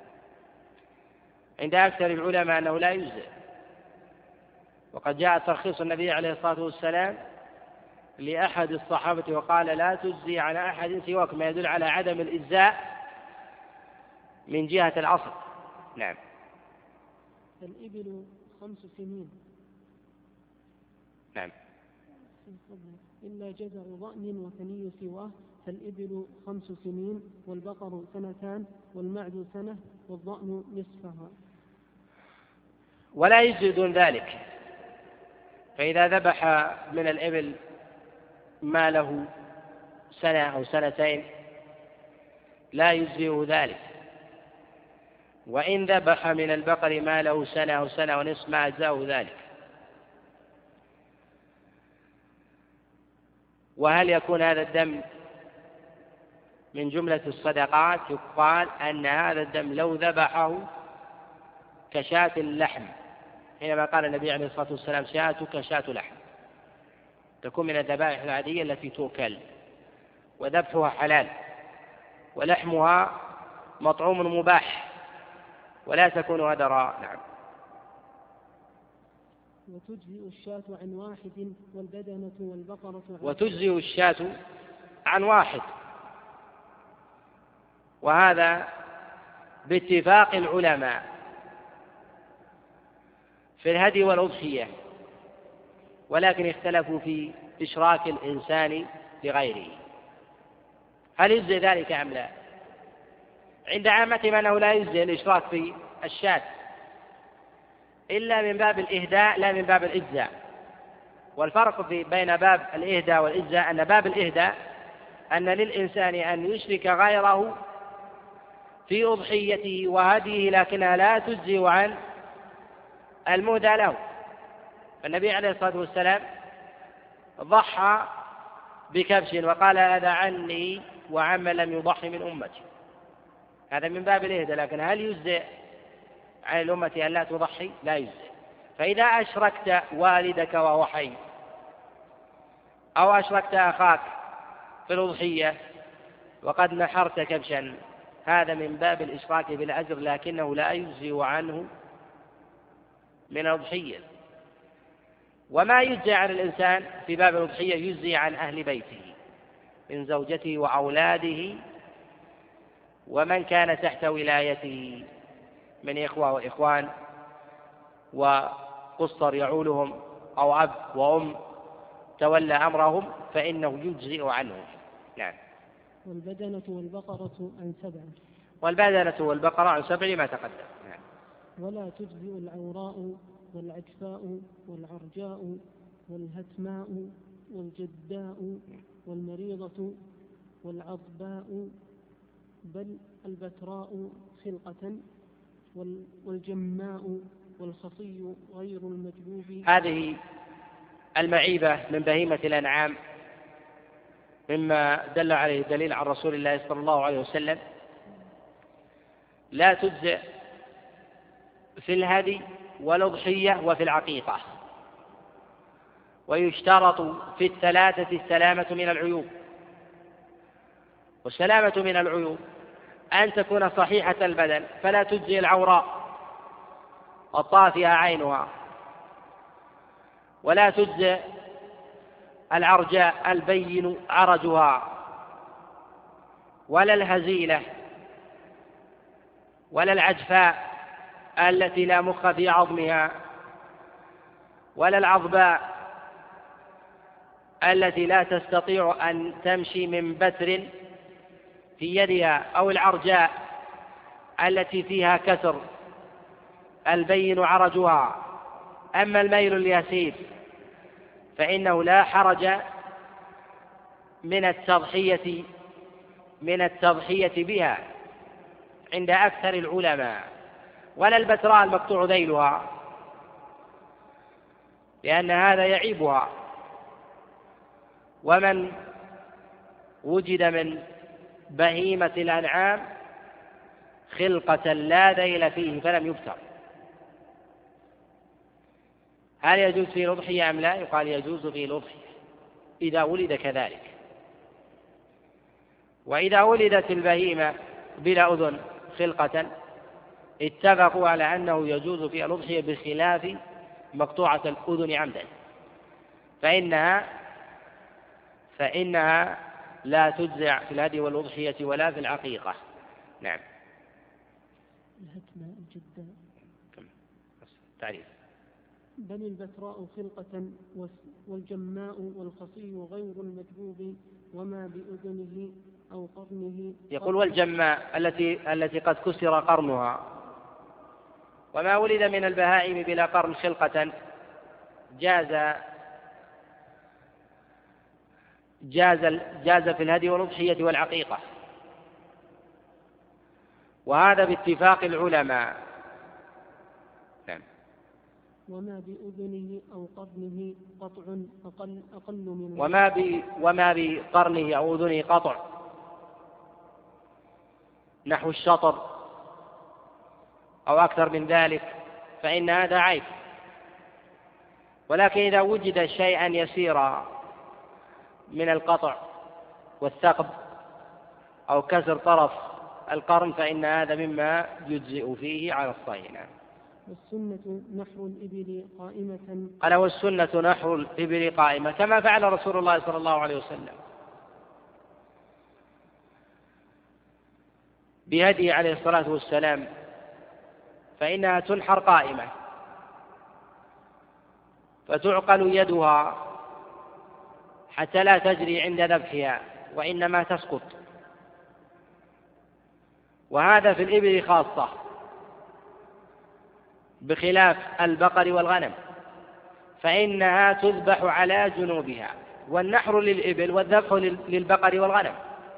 عند أكثر العلماء أنه لا يجزي، وقد جاء ترخيص النبي عليه الصلاة والسلام لأحد الصحابة وقال: لا تجزي على أحد سواك، ما يدل على عدم الإجزاء من جهة الأصل. نعم. الإبل 5 سنين. نعم. إلا جدع ضأن وثني سواه، فالإبل 5 سنين، والبقر 2 والمعز 1 سنة، والضأن نصفها. ولا يجزي دون ذلك، فإذا ذبح من الإبل ما له 1 سنة أو 2 لا يجزيه ذلك، وإن ذبح من البقر ما له 1 سنة أو 1 سنة ونصف ما أجزاه ذلك. وهل يكون هذا الدم من جملة الصدقات؟ يقال أن هذا الدم لو ذبحه كشاة اللحم، حينما قال النبي عليه الصلاة والسلام: شاتك شاة لحم، تكون من الذبائح العادية التي تؤكل، وذبحها حلال، ولحمها مطعوم مباح، ولا تكون هدرا. نعم. وتجزئ الشاة عن 1 والبدنة والبقرة عن وتجزئ الشاة عن 1، وهذا باتفاق العلماء في الهدي والأضحية، ولكن اختلفوا في إشراك الإنسان لغيره، هل يجزي ذلك أم لا؟ عند عامتهم أنه لا يجزي الإشراك في الشاة إلا من باب الإهداء لا من باب الإجزاء. والفرق بين باب الإهداء والإجزاء أن باب الإهداء أن للإنسان أن يشرك غيره في أضحيته وهديه، لكنها لا تجزي عن المهدى له. فالنبي عليه الصلاة والسلام ضحى بكبش وقال: هذا عني وعمن لم يضحي من أمتي، هذا من باب الإهداء. لكن هل يجزئ عن الأمة أن لا تضحي؟ لا يجزئ. فإذا أشركت والدك وهو حي، أو أشركت أخاك في الأضحية وقد نحرت كبشا، هذا من باب الإشراك بالأجر، لكنه لا يجزي عنه من الأضحية. وما يجزي عن الإنسان في باب الأضحية يجزي عن أهل بيته، من زوجته وأولاده ومن كان تحت ولايته من إخوة وإخوان وقصر يعولهم أو أب وأم تولى أمرهم فإنه يجزئ عنهم. نعم. والبدنة والبقرة عن 7. والبدنة والبقرة عن 7 ما تقدم. نعم. ولا تجزئ العوراء والعجفاء والعرجاء والهتماء والجداء والمريضة والعضباء بل البتراء خلقة والجماء والخصي غير المجبوب. هذه المعيبة من بهيمة الأنعام مما دل عليه دليل عن رسول الله صلى الله عليه وسلم لا تجزئ في الهدي والأضحية وفي العقيقة، ويشترط في الثلاثة السلامة من العيوب. والسلامة من العيوب أن تكون صحيحة البدن فلا تجزي العوراء الطافئة عينها، ولا تجزئ العرجاء البين عرجها، ولا الهزيلة، ولا العجفاء التي لا مخ في عظمها، ولا العضباء التي لا تستطيع أن تمشي من بتر في يدها، أو العرجاء التي فيها كسر البين عرجها. أما الميل اليسير فإنه لا حرج من التضحية بها عند أكثر العلماء، ولا البتراء المقطوع ذيلها لأن هذا يعيبها. ومن وجد من بهيمة الأنعام خلقة لا ذيل فيه فلم يبتر، هل يجوز فيه الأضحية أم لا؟ يقال يجوز فيه الأضحية إذا ولد كذلك. وإذا ولدت البهيمة بلا أذن خلقة اتفقوا على أنه يجوز فيها الأضحية بخلاف مقطوعة الأذن عمدا، فإنها لا تجزع في الهدي والأضحية ولا في العقيقة. نعم. الهتماء الجداء تعريف. بل البتراء خلقة والجماء والخصي غير المجبوب وما بأذنه أو قرنه. يقول والجماء التي قد كسر قرنها، وما ولد من البهائم بلا قرن خلقة جاز في الهدي والأضحية والعقيقة، وهذا باتفاق العلماء. نعم. وما بأذنه أو قرنه قطع أقل من وما بقرنه أو أذنه قطع نحو الشطر أو أكثر من ذلك فإن هذا عيب. ولكن إذا وجد شيئا يسيرا من القطع والثقب أو كسر طرف القرن فإن هذا مما يجزئ فيه على الصحيح. والسنة نحر الإبل قائمة. قال والسنة نحر الإبل قائمة كما فعل رسول الله صلى الله عليه وسلم بهديه عليه الصلاة والسلام، فإنها تنحر قائمة فتعقل يدها حتى لا تجري عند ذبحها وإنما تسقط. وهذا في الإبل خاصة بخلاف البقر والغنم فإنها تذبح على جنوبها، والنحر للإبل والذبح للبقر والغنم.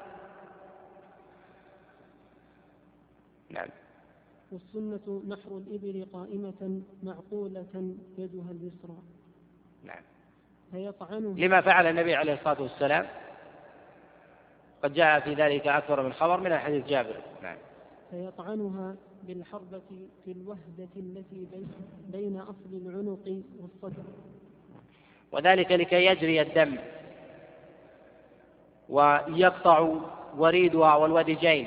نعم. والسنة نحر الإبل قائمة معقولة يدها اليسرى. نعم. فيطعنها لما فعل النبي عليه الصلاة والسلام، قد جاء في ذلك أكثر من خبر من حديث جابر. نعم. فيطعنها بالحربة في الوهدة التي بين أصل العنق والصدر، وذلك لكي يجري الدم ويقطع وريدها والودجين،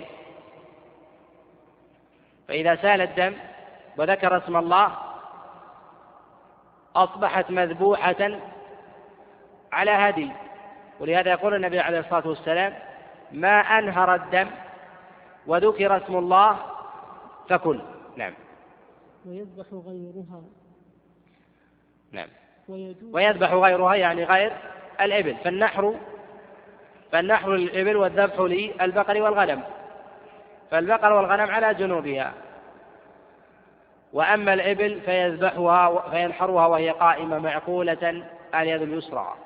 فإذا سال الدم وذكر اسم الله أصبحت مذبوحة على هدي ولهذا يقول النبي عليه الصلاة والسلام: ما أنهر الدم وذكر اسم الله فكل. نعم. ويذبح غيرها. نعم. ويذبح غيرها يعني غير الإبل، فالنحر للإبل والذبح للبقر والغنم، فالبقر والغنم على جنوبها، وأما الإبل فينحرها وهي قائمة معقولة اليد اليسرى.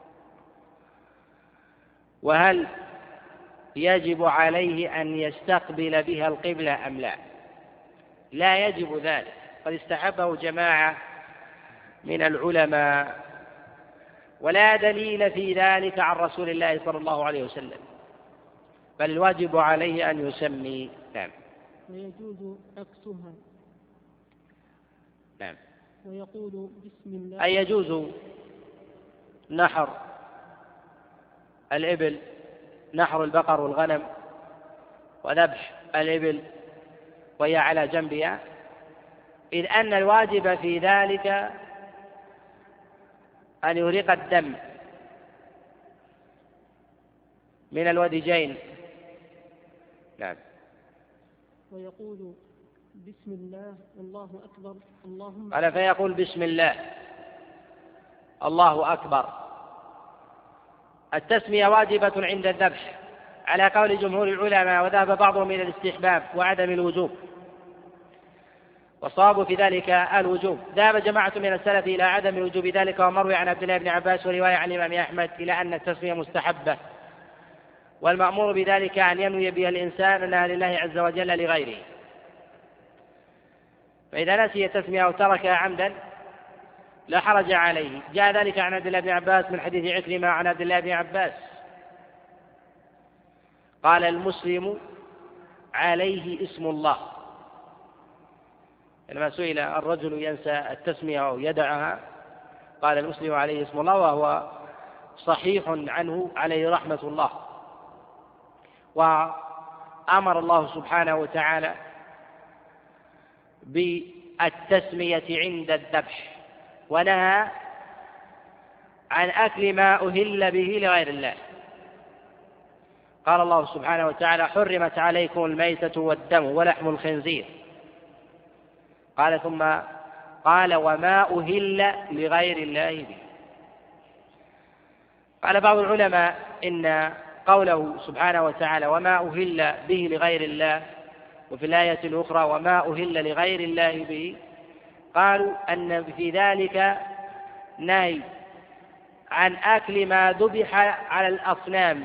وهل يجب عليه أن يستقبل بها القبلة أم لا؟ لا يجب ذلك، قد استحبه جماعة من العلماء، ولا دليل في ذلك عن رسول الله صلى الله عليه وسلم، بل الواجب عليه أن يسمي. نعم. ويجوز عكسها. نعم. ويقول بسم الله. أي يجوز نحر الإبل، نحر البقر والغنم وذبح الإبل وهي على جنبها، إذ أن الواجب في ذلك أن يهرق الدم من الودجين. نعم. ويقول بسم الله الله أكبر اللهم. قال فيقول بسم الله الله أكبر. التسمية واجبة عند الذبح على قول جمهور العلماء، وذهب بعضهم إلى الاستحباب وعدم الوجوب، والصواب في ذلك الوجوب. ذهب جماعة من السلف إلى عدم وجوب ذلك، ومروي عن عبد الله بن عباس ورواية عن الإمام أحمد إلى أن التسمية مستحبة، والمأمور بذلك أن ينوي بها الإنسان أنها لله عز وجل لغيره، فإذا نسي التسمية أو تركها عمدا لا حرج عليه. جاء ذلك عن عبد الله بن عباس من حديث عكرمة عن عبد الله بن عباس قال: المسلم عليه اسم الله. لما سئل الرجل ينسى التسمية أو يدعها قال: المسلم عليه اسم الله، وهو صحيح عنه عليه رحمة الله. وأمر الله سبحانه وتعالى بالتسمية عند الذبح، ونهى عن أكل ما أهل به لغير الله. قال الله سبحانه وتعالى: حرمت عليكم الميتة والدم ولحم الخنزير. قال ثم قال: وما أهل لغير الله به. قال بعض العلماء إن قوله سبحانه وتعالى وما أهل به لغير الله، وفي الآية الأخرى وما أهل لغير الله به، قالوا أن في ذلك نهي عن أكل ما ذبح على الأصنام،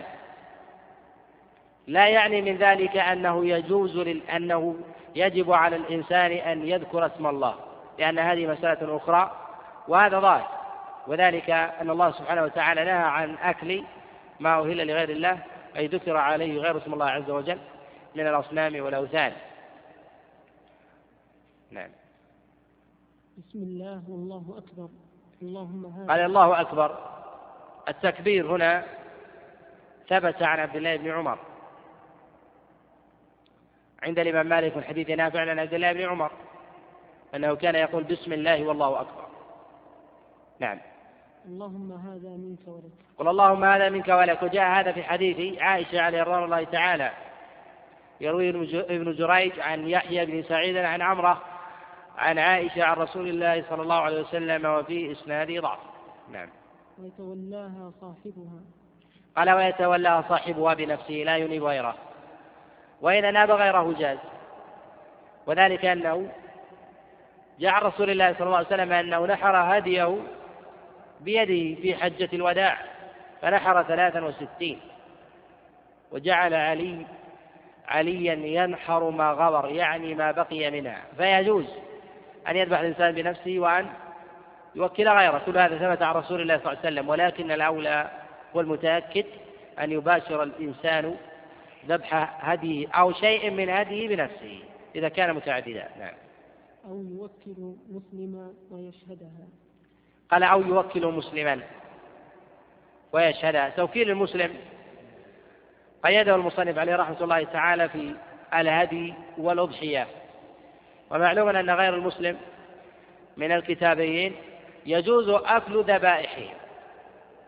لا يعني من ذلك أنه يجب على الإنسان أن يذكر اسم الله، لأن هذه مسألة أخرى وهذا ظاهر، وذلك أن الله سبحانه وتعالى نهى عن أكل ما أهل لغير الله، أي ذكر عليه غير اسم الله عز وجل من الأصنام والأوثان. نعم. بسم الله والله أكبر اللهم هذا. قال الله أكبر. التكبير هنا ثبت عن عبد الله بن عمر عند الإمام مالك من حديث نافع عن عبد الله بن عمر أنه كان يقول بسم الله والله أكبر. نعم. اللهم هذا منك ولك. قل اللهم هذا منك ولك. وجاء هذا في حديث عائشة عليه رضوان الله تعالى، يروي ابن جريج عن يحيى بن سعيد عن عمرة عن عائشة عن رسول الله صلى الله عليه وسلم، وفي إسناد ضعف. نعم. ويتولاها صاحبها. قال ويتولاها صاحبها بنفسه لا ينيب غيره، وإذا ناب غيره جاز، وذلك أنه جاء عن رسول الله صلى الله عليه وسلم أنه نحر هديه بيده في حجة الوداع فنحر 63، وجعل عليا ينحر ما غبر، يعني ما بقي منها، فيجوز أن يذبح الإنسان بنفسه وأن يوكل غيره. كل هذا ثبت عن رسول الله صلى الله عليه وسلم، ولكن الأولى والمتأكد أن يباشر الإنسان ذبح هديه أو شيء من هديه بنفسه إذا كان متعددا. نعم. أو يوكل مسلما ويشهدها. قال أو يوكل مسلما ويشهدها. توكيل المسلم قيده المصنف عليه رحمة الله تعالى في الهدي والأضحية، ومعلوم أن غير المسلم من الكتابيين يجوز أكل ذبائحهم،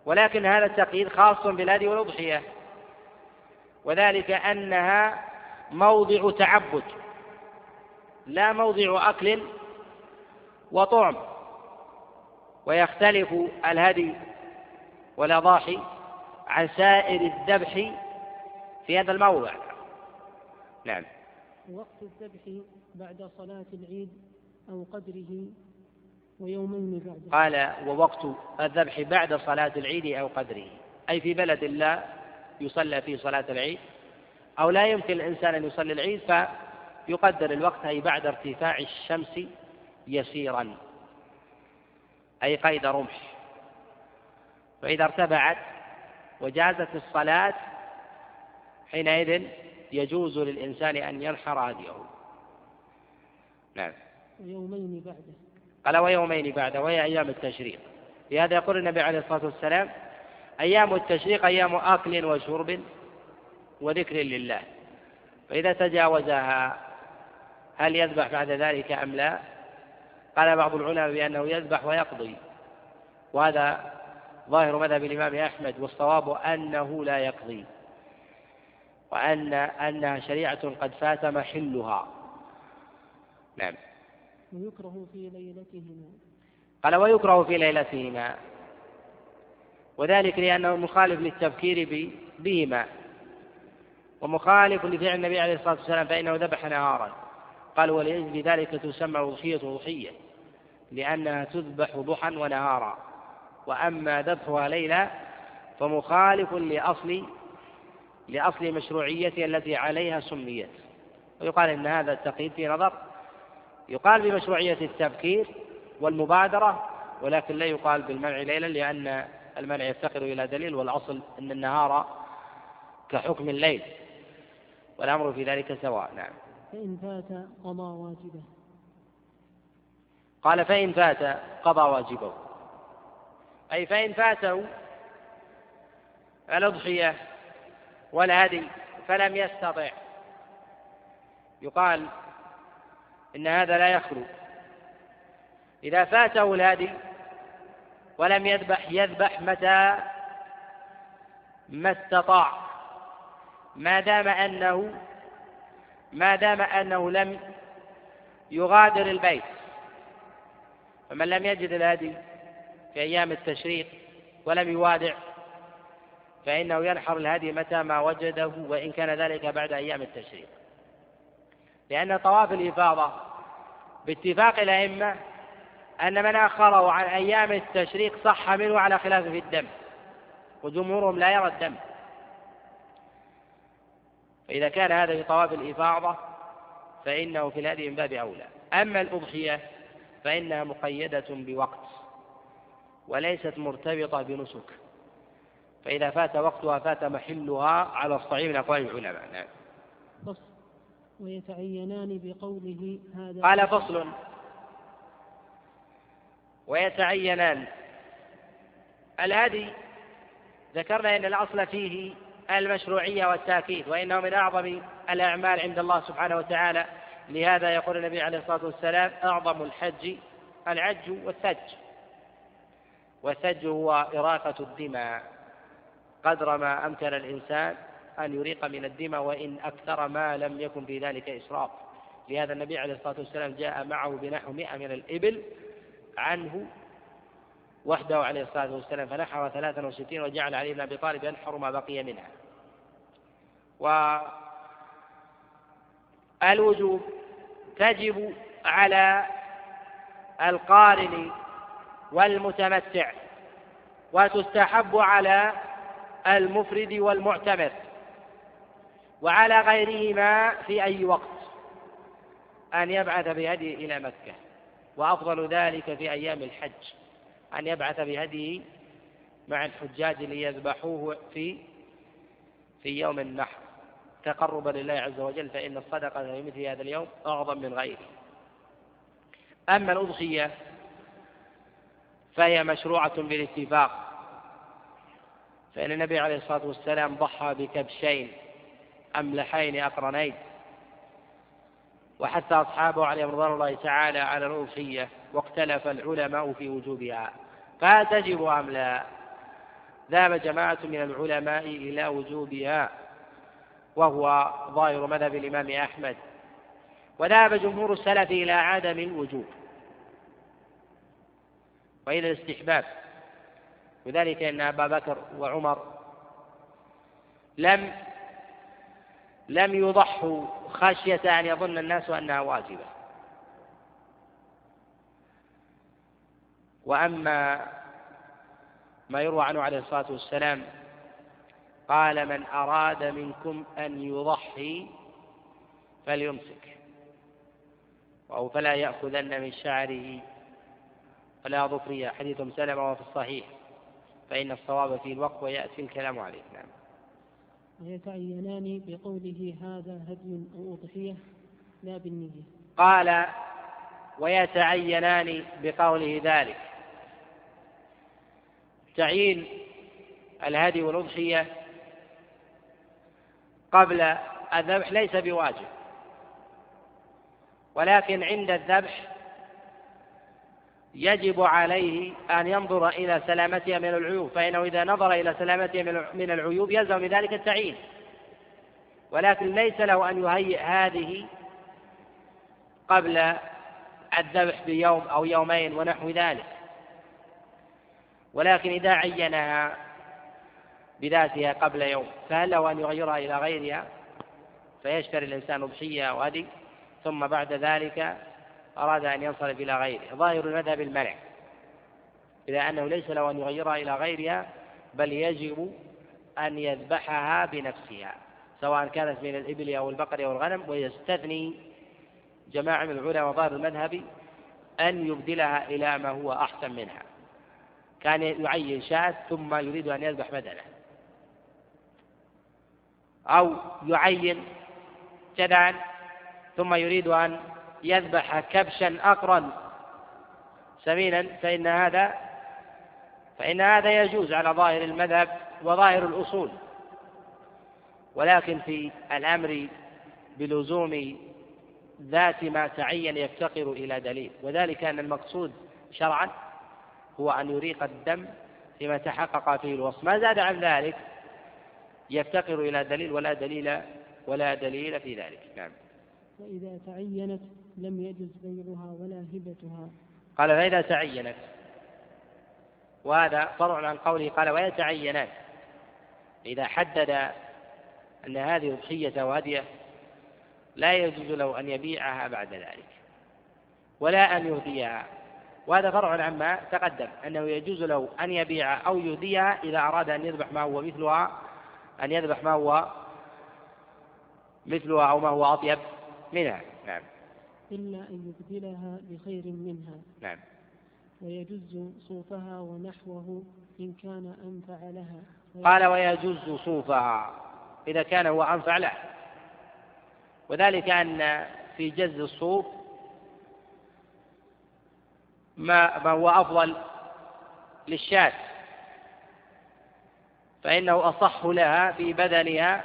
ولكن هذا التقييد خاص بالهدي والأضحية، وذلك أنها موضع تعبد لا موضع أكل وطعم، ويختلف الهدي والأضاحي عن سائر الذبح في هذا الموضع. نعم. وقت الذبح بعد صلاة العيد أو قدره ويومين بعده. قال ووقت الذبح بعد صلاة العيد أو قدره، أي في بلد لا يصلى فيه صلاة العيد أو لا يمكن الإنسان أن يصلي العيد فيقدر الوقت، أي بعد ارتفاع الشمس يسيرا، أي قيد رمح. فإذا ارتفعت وجازت الصلاة حينئذ يجوز للإنسان أن ينحر هديه. نعم. ويومين بعده. قال ويومين بعده، وهي أيام التشريق. لهذا يقول النبي عليه الصلاة والسلام أيام التشريق أيام أكل وشرب وذكر لله، فإذا تجاوزها هل يذبح بعد ذلك أم لا؟ قال بعض العلماء بأنه يذبح ويقضي، وهذا ظاهر مذهب الإمام أحمد، والصواب أنه لا يقضي، وأنها شريعة قد فات محلها. نعم. ويكره في ليلتهما. قال ويكره في ليلتهما، وذلك لأنه مخالف للتبكير بهما، ومخالف لفعل النبي عليه الصلاة والسلام فإنه ذبح نهارا. قال ولأجل ذلك تسمى أضحية أضحية، لأنها تذبح ضحى ونهارا، وأما ذبحها ليلة فمخالف لأصل مشروعيتها التي عليها سميت. ويقال إن هذا التقييد في نظر، يقال بمشروعية التبكير والمبادرة، ولكن لا يقال بالمنع ليلا، لأن المنع يفتقر إلى دليل، والأصل أن النهار كحكم الليل، والأمر في ذلك سواء. نعم. فإن فات قضى واجبه. قال فإن فات قضى واجبه، أي فإن فاته الأضحية والهدي فلم يستطع، يقال إن هذا لا يخلو. إذا فاته الهدي ولم يذبح متى ما استطاع، ما دام أنه لم يغادر البيت. فمن لم يجد الهدي في أيام التشريق ولم يوادع فإنه ينحر الهدي متى ما وجده، وإن كان ذلك بعد أيام التشريق، لأن طواف الإفاضة باتفاق الأئمة أن من أخره عن أيام التشريق صح منه على خلاف في الدم، وجمهورهم لا يرى الدم. فإذا كان هذا في طواف الإفاضة فإنه في الهدي من باب أولى. أما الأضحية فإنها مقيدة بوقت وليست مرتبطة بنسك، فإذا فات وقتها فات محلها على الصحيح من أقوال العلماء. نعم. فصل. ويتعينان بقوله هذا. قال فصل. ويتعينان. الهدي ذكرنا أن الأصل فيه المشروعية والتأكيد، وإنه من أعظم الأعمال عند الله سبحانه وتعالى. لهذا يقول النبي عليه الصلاة والسلام أعظم الحج العج والثج، والثج هو إراقة الدماء قدر ما أمكن الإنسان أن يريق من الدماء، وإن أكثر ما لم يكن في ذلك إسراف. لهذا النبي عليه الصلاة والسلام جاء معه بنحو 100 من الإبل عنه وحده عليه الصلاة والسلام، فنحر 63 وجعل علي بن أبي طالب ينحر ما بقي منها. والوجوب تجب على القارن والمتمتع، وتستحب على المفرد والمعتمر، وعلى غيرهما في أي وقت أن يبعث بهديه إلى مكة. وأفضل ذلك في أيام الحج أن يبعث بهديه مع الحجاج ليذبحوه في يوم النحر تقربا لله عز وجل، فإن الصدقة في مثل هذا اليوم أعظم من غيره. أما الأضحية فهي مشروعة بالاتفاق، فإن النبي عليه الصلاة والسلام ضحى بكبشين أملحين أقرنين، وحتى أصحابه عليهم رضوان الله تعالى على الأضحية، واختلف العلماء في وجوبها، فهل تجب أم لا؟ ذهب جماعة من العلماء إلى وجوبها، وهو ظاهر مذهب الإمام أحمد، وذهب جمهور السلف إلى عدم الوجوب وإلى الاستحباب، وذلك أن أبا بكر وعمر لم يضحوا خشية أن يظن الناس أنها واجبة. وأما ما يروى عنه عليه الصلاة والسلام قال: من أراد منكم أن يضحي فليمسك، أو فلا يأخذن من شعره ولا ظفره، حديث سلمة وفي الصحيح، فإن الصواب في الوقت ويأتي الكلام عليه. نعم. ويتعينان بقوله هذا هدي أو أضحية لا بالنية. قال: ويتعينان بقوله ذلك. تعيين الهدي والأضحية قبل الذبح ليس بواجب، ولكن عند الذبح يجب عليه أن ينظر إلى سلامتها من العيوب، فإنه إذا نظر إلى سلامتها من العيوب يلزم بذلك التعيين، ولكن ليس له أن يهيئ هذه قبل الذبح بيوم أو يومين ونحو ذلك. ولكن إذا عينها بذاتها قبل يوم فهل له أن يغيرها إلى غيرها فيشتري الإنسان أضحية أو هدي ثم بعد ذلك أراد أن ينصرف إلى غيره؟ ظاهر المذهب المنع، إذا أنه ليس له أن يغيرها إلى غيرها، بل يجب أن يذبحها بنفسها سواء كانت من الإبل أو البقر أو الغنم. ويستثني جماعة من العلماء وظاهر المذهب أن يبدلها إلى ما هو أحسن منها، كان يعين شاة ثم يريد أن يذبح بدنه، أو يعين جدعا ثم يريد أن يذبح كبشا أقرا سمينا، فإن هذا يجوز على ظاهر المذهب وظاهر الأصول. ولكن في الأمر بلزوم ذات ما تعين يفتقر إلى دليل، وذلك أن المقصود شرعا هو أن يريق الدم فيما تحقق فيه الوصف، ما زاد عن ذلك يفتقر إلى دليل ولا دليل في ذلك. نعم. وإذا تعينت لم يجز بيعها ولا هبتها. قال: فإذا تعينت، وهذا فرع عن قوله قال: ويتعينان. إذا حدد أن هذه أضحية وهدية لا يجوز له أن يبيعها بعد ذلك ولا أن يهديها، وهذا فرع عما تقدم أنه يجوز له أن يبيع أو يهديها إذا أراد أن يذبح ما هو مثلها، أن يذبح ما هو مثلها أو ما هو أطيب منها. نعم. إلا أن يبدلها بخير منها. نعم. ويجوز صوفها ونحوه إن كان أنفع لها. قال: ويجوز صوفها إذا كان هو أنفع له، وذلك أن في جز الصوف ما هو أفضل للشاة، فإنه أصح لها في بدنها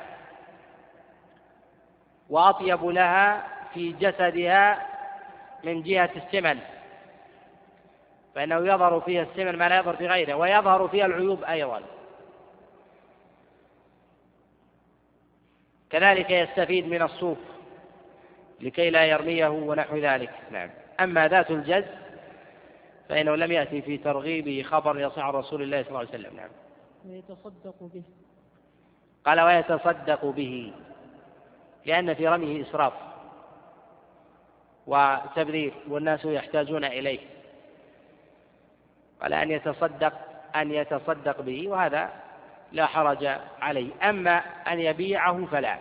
وأطيب لها في جسدها من جهة السمن، فإنه يظهر فيها السمن ما لا يظهر في غيره، ويظهر فيها العيوب أيضا. كذلك يستفيد من الصوف لكي لا يرميه ونحو ذلك. نعم. أما ذات الجز فإنه لم يأتي في ترغيبه خبر يصح عن رسول الله صلى الله عليه وسلم. نعم. ويتصدق به. قال: ويتصدق به، لأن في رميه إسراف وتبذير والناس يحتاجون إليه، قال أن يتصدق به، وهذا لا حرج عليه. أما أن يبيعه فلا،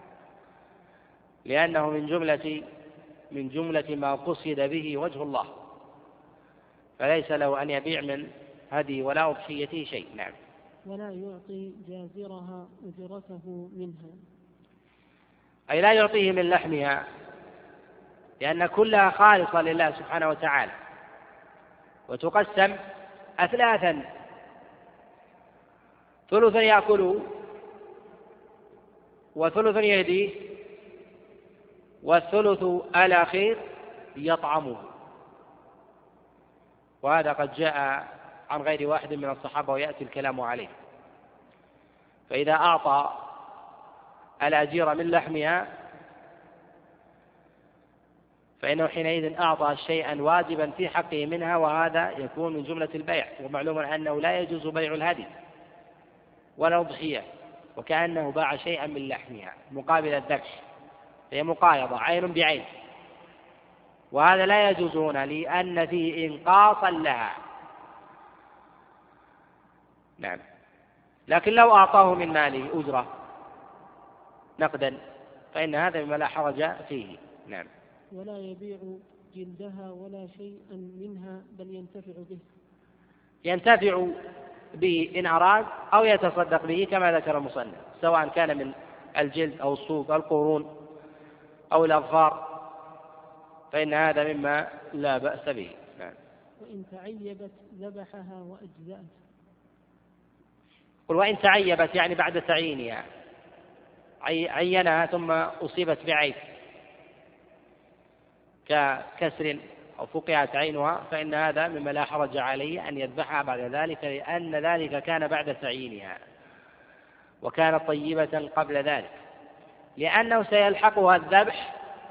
لأنه من جملة ما قصد به وجه الله، فليس له أن يبيع من هدي ولا أضحيته شيء. نعم. ولا يعطي جازرها أجرته منها، أي لا يعطيه من لحمها، لأن كلها خالصة لله سبحانه وتعالى، وتقسم أثلاثا: ثلث يأكله، وثلث يهديه، والثلث الأخير يطعمه. وهذا قد جاء عن غير واحد من الصحابة ويأتي الكلام عليه. فإذا أعطى الأجير من لحمها فإنه حينئذ أعطى شيئا واجبا في حقه منها، وهذا يكون من جملة البيع. ومعلوم أنه لا يجوز بيع الهدي ولا الأضحية وكأنه باع شيئا من لحمها مقابل الذبح، هي مقايضة عين بعين، وهذا لا يجوز هنا لأن فيه إنقاصا لها. نعم. لكن لو أعطاه من ماله أجرة نقدا فإن هذا مما لا حرج فيه. نعم. ولا يبيع جلدها ولا شيئا منها بل ينتفع به. ينتفع به إن أراد أو يتصدق به كما ذكر المصنف، سواء كان من الجلد أو الصوف أو القرون أو الأظفار، فإن هذا مما لا بأس به. نعم. وإن تعيبت ذبحها وأجزأت. قل وإن تعيبت يعني بعد تعيينها، عينها ثم أصيبت بعيب ككسر أو فقعت عينها، فإن هذا مما لا حرج عليه أن يذبحها بعد ذلك، لأن ذلك كان بعد تعيينها وكانت طيبة قبل ذلك، لأنه سيلحقها الذبح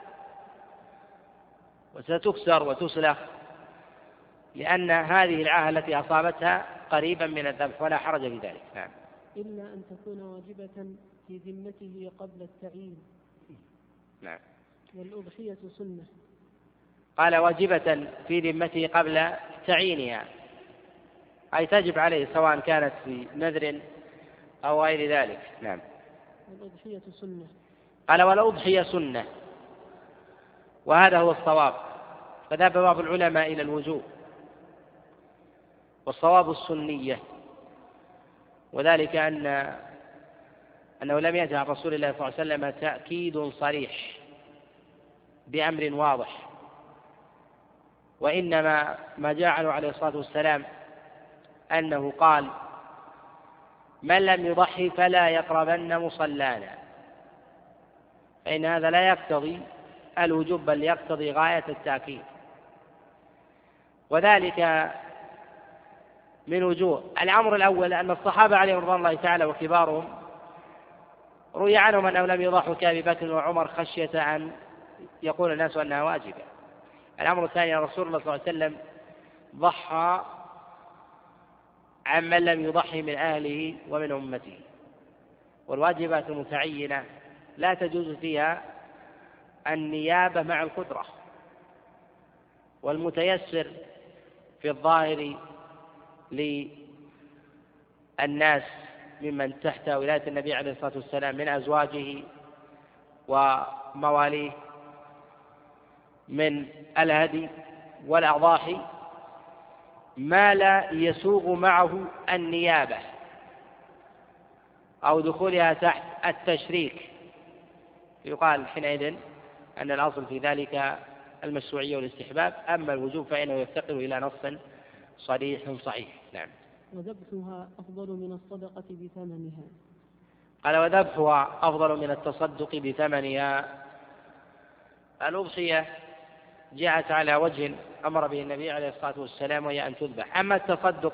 وستكسر وتسلخ، لأن هذه العاهة التي أصابتها قريبا من الذبح ولا حرج في ذلك. نعم. إلا أن تكون واجبة في ذمته قبل التعيين. نعم. والأضحية سنة. قال واجبة في ذمته قبل تعيينها، أي تجب عليه سواء كانت في نذر أو غير ذلك. نعم. والأضحية سنة. قال والأضحية سنة، وهذا هو الصواب، فذهب بعض العلماء إلى الوجوب، والصواب السنية، وذلك أنه لم يأت عن رسول الله صلى الله عليه وسلم تأكيد صريح بأمر واضح، وإنما ما جاء عنه عليه الصلاة والسلام أنه قال من لم يضحي فلا يقربن مصلانا، فإن هذا لا يقتضي الوجوب بل يقتضي غاية التأكيد، وذلك من وجوه. الأمر الأول أن الصحابة عليهم رضوان الله تعالى وكبارهم روي عنهم أنهم لم يضحوا كأبي بكر وعمر خشية أن يقول الناس أنها واجبة. الأمر الثاني أن رسول الله صلى الله عليه وسلم ضحى عمن لم يضحي من أهله ومن أمته، والواجبات المتعينة لا تجوز فيها النيابة مع القدرة، والمتيسر في الظاهر للناس ممن تحت ولاية النبي عليه الصلاة والسلام من أزواجه ومواليه من الهدي والأضاحي ما لا يسوغ معه النيابة أو دخولها تحت التشريك، يقال حينئذ أن الأصل في ذلك المشروعية والاستحباب، أما الوجوب فإنه يفتقر إلى نص صريح صحيح. نعم. وذبحها أفضل من الصدقة بثمنها. قال وذبحها أفضل من التصدق بثمنها. الأضحية جاءت على وجه أمر به النبي عليه الصلاة والسلام وهي أن تذبح. أما التصدق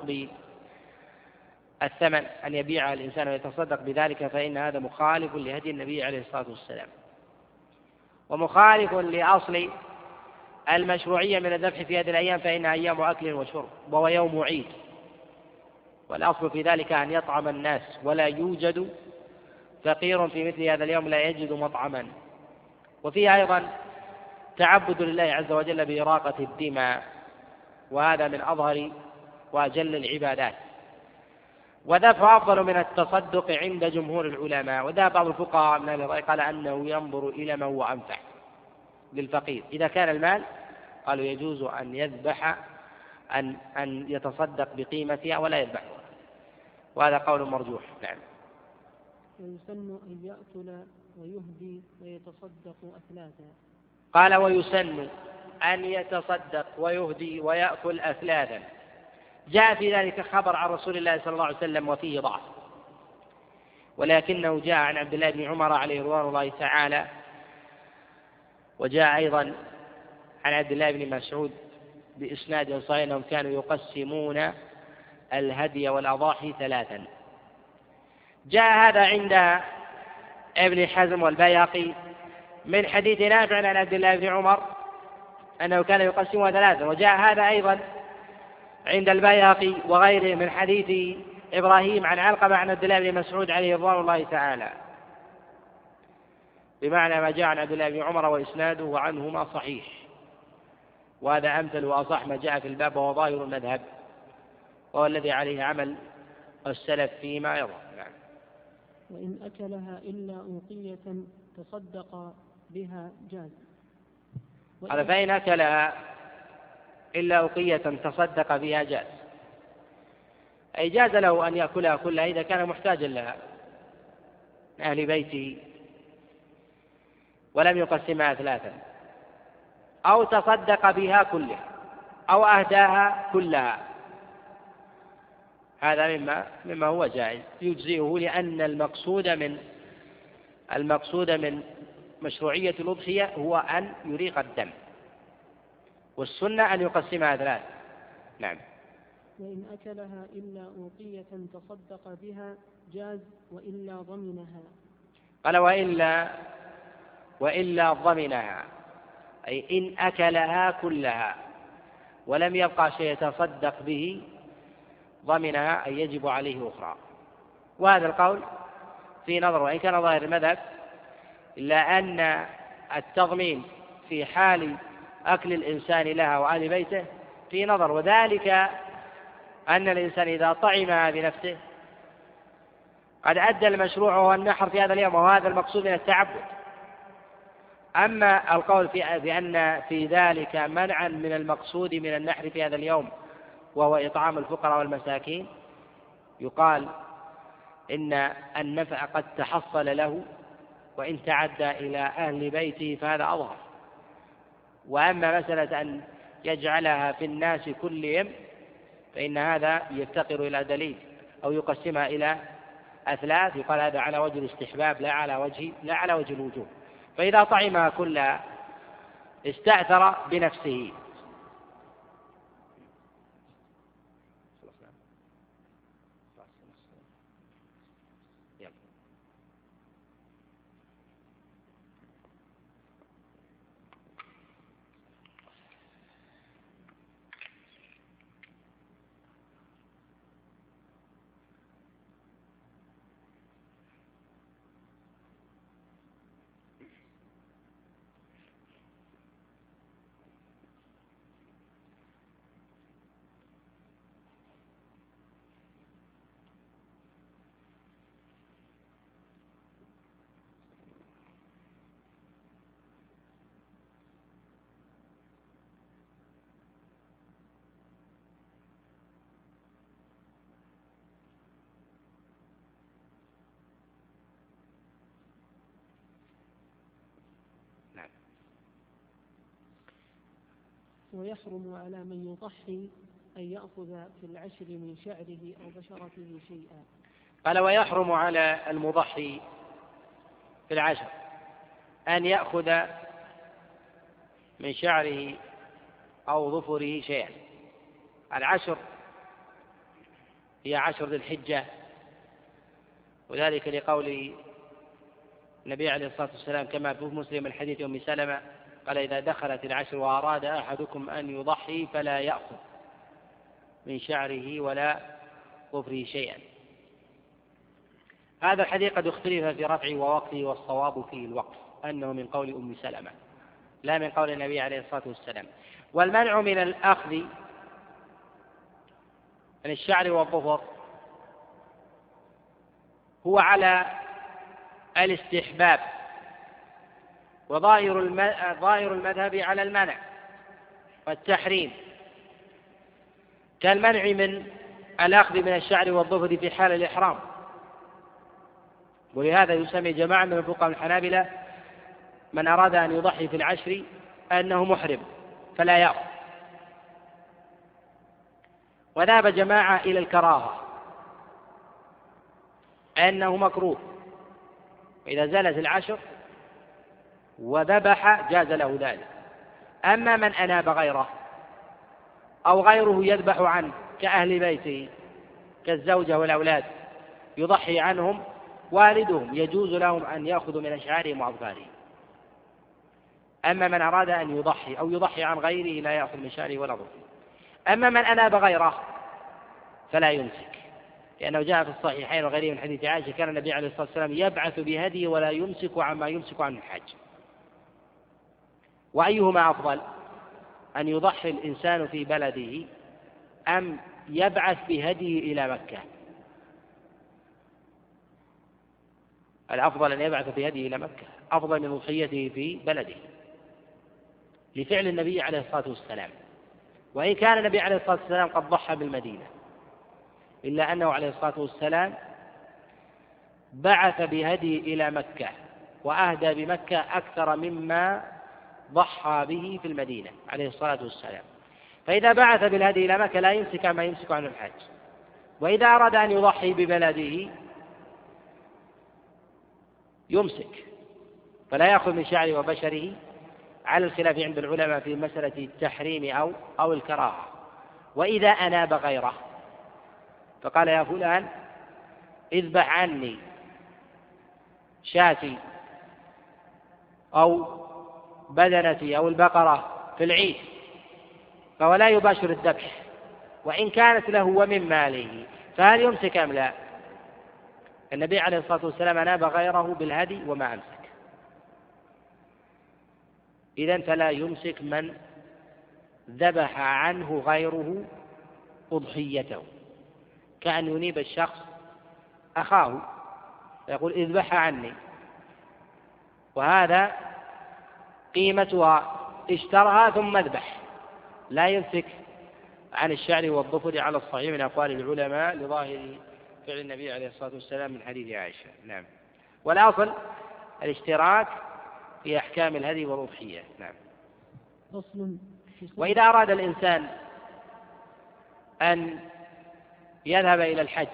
بالثمن أن يبيع الإنسان ويتصدق بذلك فإن هذا مخالف لهدي النبي عليه الصلاة والسلام، ومخالف لأصل المشروعية من الذبح في هذه الأيام، فإنها أيام أكل وشرب وهو يوم عيد، والأصل في ذلك أن يطعم الناس، ولا يوجد فقير في مثل هذا اليوم لا يجد مطعما. وفيه أيضا تعبد لله عز وجل بإراقة الدماء، وهذا من أظهر وأجل العبادات. وذبح أفضل من التصدق عند جمهور العلماء، وذهب بعض الفقهاء من أهل الرأي قال أنه ينظر إلى ما هو أنفع للفقير. إذا كان المال قالوا يجوز أن يذبح أن يتصدق بقيمتها ولا يذبحها، وهذا قول مرجوح. نعم. ويسن أن يأكل ويهدي ويتصدق أثلاثا. قال ويسن أن يتصدق ويهدي ويأكل أثلاثا. جاء في ذلك خبر عن رسول الله صلى الله عليه وسلم وفيه ضعف، ولكنه جاء عن عبد الله بن عمر عليه رضوان الله تعالى، وجاء أيضا عن عبد الله بن مسعود بإسناد صحيح أنهم كانوا يقسمون الهدي والأضاحي ثلاثا، جاء هذا عند ابن حزم والبيهقي من حديث نافع عن عبد الله بن عمر أنه كان يقسمها ثلاثة، وجاء هذا أيضا عند البيهقي وغيره من حديث إبراهيم عن علقمة عن عبد الله بن مسعود عليه رضوان الله تعالى، بمعنى ما جاء عن عبد الله بن عمر وإسناده وعنهما صحيح، وهذا أمثل وأصح ما جاء في الباب وهو ظاهر المذهب، وهو الذي عليه عمل السلف فيما يظهر. نعم. وإن أكلها إلا أوقية تصدق بها جاز. قال فإن أكلها إلا أوقية تصدق بها جاز، أي جاز له أن يأكلها كلها إذا كان محتاجا لها أهل بيته ولم يقسمها ثلاثا، أو تصدق بها كلها، أو أهداها كلها، هذا مما هو جائز يجزئه، لأن المقصود من مشروعية الأضحية هو أن يريق الدم، والسنة أن يقسمها ثلاثة. نعم. وإن أكلها إلا أوقية تصدق بها جاز وإلا ضمنها. قال وإلا ضمنها، أي إن أكلها كلها ولم يبقى شيء يتصدق به ضمنها، أي يجب عليه أخرى. وهذا القول في نظر، وإن كان ظاهر المذهب، إلا أن التضمين في حال أكل الإنسان لها وآل بيته في نظر، وذلك أن الإنسان إذا طعمها بنفسه قد أدى المشروع وهو النحر في هذا اليوم، وهذا المقصود من التعبد. أما القول بأن في ذلك منعا من المقصود من النحر في هذا اليوم وهو إطعام الفقراء والمساكين، يقال إن النفع قد تحصل له، وإن تعدى إلى أهل بيته فهذا أظهر. وأما مسألة أن يجعلها في الناس كلهم فإن هذا يفتقر إلى دليل، أو يقسمها إلى أثلاث، يقال هذا على وجه الاستحباب لا على وجه الوجوب. فإذا طعمها كلها استأثر بنفسه. ويحرم على من يضحي أن يأخذ في العشر من شعره أو بشرته شيئا. قال ويحرم على المضحي في العشر أن يأخذ من شعره أو ظفره شيئا. العشر هي عشر ذي الحجة، وذلك لقول النبي عليه الصلاة والسلام كما في مسلم من حديث أم سلمة قال إذا دخلت العشر وأراد أحدكم أن يضحي فلا يأخذ من شعره ولا ظفره شيئا. هذا الحديث قد اختلف في رفعه ووقفه، والصواب فيه الوقف، أنه من قول أم سلمة لا من قول النبي عليه الصلاة والسلام. والمنع من الأخذ من الشعر والظفر هو على الاستحباب، وظاهر المذهب على المنع والتحريم، كالمنع من الأخذ من الشعر والظفر في حال الإحرام. ولهذا يسمي جماعة من الفقهاء الحنابلة من أراد أن يضحي في العشر أنه محرم فلا يأخذ. وذهب جماعة إلى الكراهة أنه مكروه، وإذا زالت العشر وذبح جاز له ذلك. أما من أناب غيره أو غيره يذبح عنه كأهل بيته كالزوجة والأولاد يضحي عنهم والدهم يجوز لهم أن يأخذوا من أشعارهم وأظفارهم. أما من أراد أن يضحي أو يضحي عن غيره لا يأخذ من شعره ولا ظفره. أما من أناب غيره فلا يمسك، لأنه جاء في الصحيحين وغيره من حديث عائشة كان النبي عليه الصلاة والسلام يبعث بهديه ولا يمسك عما يمسك عن الحج. وأيهما أفضل، أن يضحي الإنسان في بلده أم يبعث بهديه إلى مكة؟ الأفضل أن يبعث بهديه إلى مكة، أفضل من ضحيته في بلده، لفعل النبي عليه الصلاة والسلام. وإن كان النبي عليه الصلاة والسلام قد ضحى بالمدينة، إلا أنه عليه الصلاة والسلام بعث بهديه إلى مكة وأهدى بمكة أكثر مما ضحى به في المدينة عليه الصلاة والسلام. فإذا بعث بالهدي إلى مكة لا يمسك ما يمسك عن الحج. وإذا أراد أن يضحي ببلده يمسك، فلا يأخذ من شعره وبشره، على الخلاف عند العلماء في مسألة التحريم أو الكراهة. وإذا أناب غيره فقال يا فلان اذبح عني شاتي أو بدنتي أو البقرة في العيد، فهو لا يباشر الذبح وإن كانت له ومن ماله، فهل يمسك أم لا؟ النبي عليه الصلاة والسلام أناب غيره بالهدي وما أمسك، إذن فلا يمسك من ذبح عنه غيره أضحيته، كأن ينيب الشخص أخاه يقول اذبح عني، وهذا قيمتها اشترها ثم اذبح، لا يمسك عن الشعر والظفر على الصحيح من أقوال العلماء لظاهر فعل النبي عليه الصلاة والسلام من حديث عائشة. نعم. والأصل الاشتراك في أحكام الهدي والأضحية. نعم. وإذا أراد الإنسان أن يذهب إلى الحج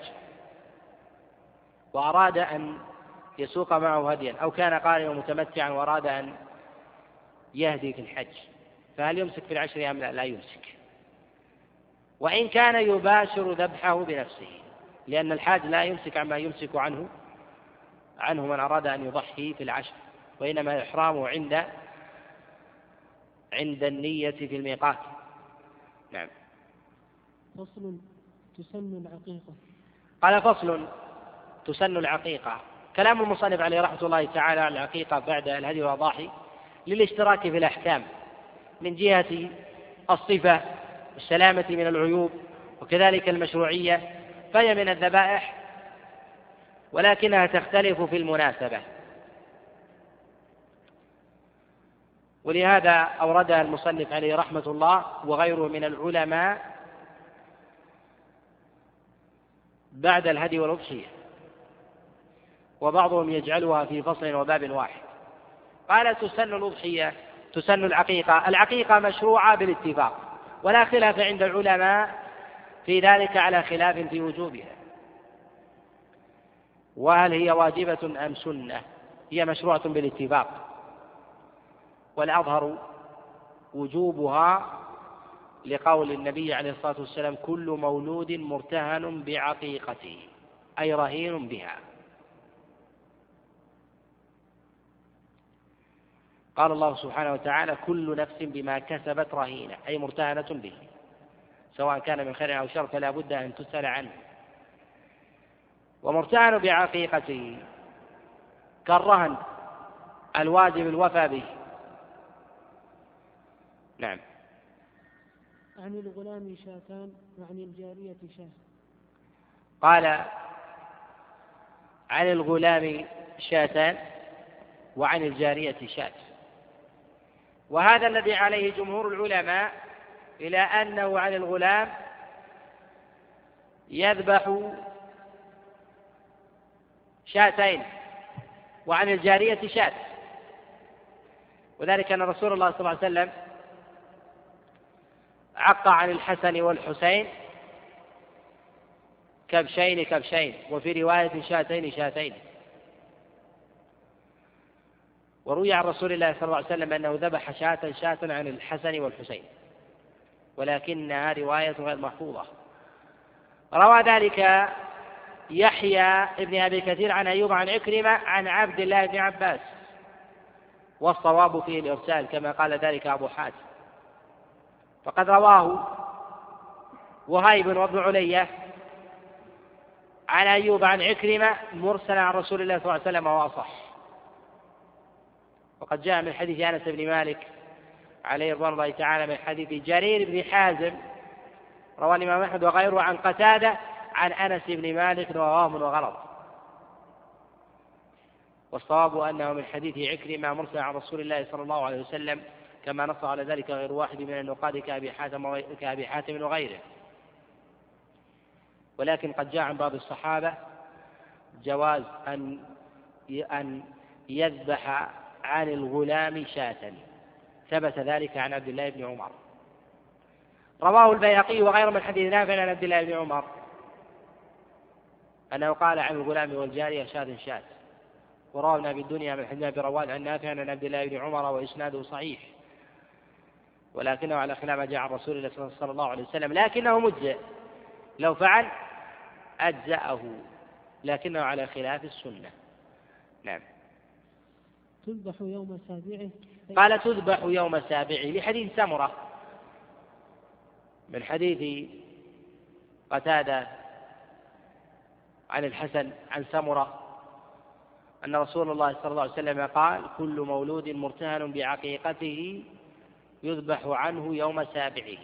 وأراد أن يسوق معه هديا، أو كان قارئا متمتعا وأراد أن يهدي في الحج، فهل يمسك في العشر أم لا؟ لا يمسك، وإن كان يباشر ذبحه بنفسه، لأن الحاج لا يمسك عما يمسك عنه من أراد أن يضحي في العشر، وإنما إحرامه عند النية في الميقات. نعم. فصل تسن العقيقة. قال فصل تسن العقيقة. كلام المصنف عليه رحمة الله تعالى على العقيقة بعد الهدي والأضاحي للاشتراك في الأحكام من جهة الصفة والسلامة من العيوب وكذلك المشروعية، فهي من الذبائح ولكنها تختلف في المناسبة، ولهذا أوردها المصنف عليه رحمة الله وغيره من العلماء بعد الهدي والأضحية، وبعضهم يجعلها في فصل وباب واحد. قال تسن الأضحية، تسن العقيقة. العقيقة مشروعة بالاتفاق، ولا خلاف عند العلماء في ذلك على خلاف في وجوبها، وهل هي واجبة أم سنة؟ هي مشروعة بالاتفاق، والأظهر وجوبها لقول النبي عليه الصلاة والسلام كل مولود مرتهن بعقيقته، أي رهين بها. قال الله سبحانه وتعالى كل نفس بما كسبت رهينة، أي مرتهنة به، سواء كان من خير أو شر فلا بد أن تسأل عنه. ومرتهن بعقيقته كالرهن الواجب الوفاء به. نعم. عن الغلام شاتان وعن الجارية شاة. قال عن الغلام شاتان وعن الجارية شاة، وهذا الذي عليه جمهور العلماء، إلى أنه عن الغلام يذبح شاتين وعن الجارية شاة، وذلك أن رسول الله صلى الله عليه وسلم عق عن الحسن والحسين كبشين، وفي رواية شاتين. وروي عن رسول الله صلى الله عليه وسلم أنه ذبح شاة عن الحسن والحسين، ولكنها رواية غير محفوظة. روى ذلك يحيى ابن أبي كثير عن أيوب عن عكرمة عن عبد الله بن عباس، والصواب فيه الإرسال كما قال ذلك أبو حاتم. فقد رواه وهيب وابن علية عن أيوب عن عكرمة مرسلا عن رسول الله صلى الله عليه وسلم وهو أصح. وقد جاء من حديث أنس بن مالك عليه رضوان الله تعالى من حديث جرير بن حازم رواه الإمام أحمد وغيره عن قتادة عن أنس بن مالك ووهم وغلط. والصواب أنه من حديث عكرمة مرسل عن رسول الله صلى الله عليه وسلم كما نص على ذلك غير واحد من النقاد كأبي حاتم وغيره. ولكن قد جاء عن بعض الصحابة جواز أن يذبح عن الغلام شاة، ثبت ذلك عن عبد الله بن عمر. رواه البيهقي وغيره من حديث نافع عن عبد الله بن عمر أنه قال عن الغلام والجارية شاة. وروى ابن أبي الدنيا من حديث أبي رواد عن نافع عن عبد الله بن عمر وإسناده صحيح، ولكنه على خلاف ما جاء عن رسول الله صلى الله عليه وسلم، لكنه مجزئ لو فعل أجزأه، لكنه على خلاف السنة. نعم. تذبح يوم سابعه. قال تذبح يوم سابعه لحديث سمرة من حديث قتادة عن الحسن عن سمرة أن رسول الله صلى الله عليه وسلم قال كل مولود مرتهن بعقيقته يذبح عنه يوم سابعه،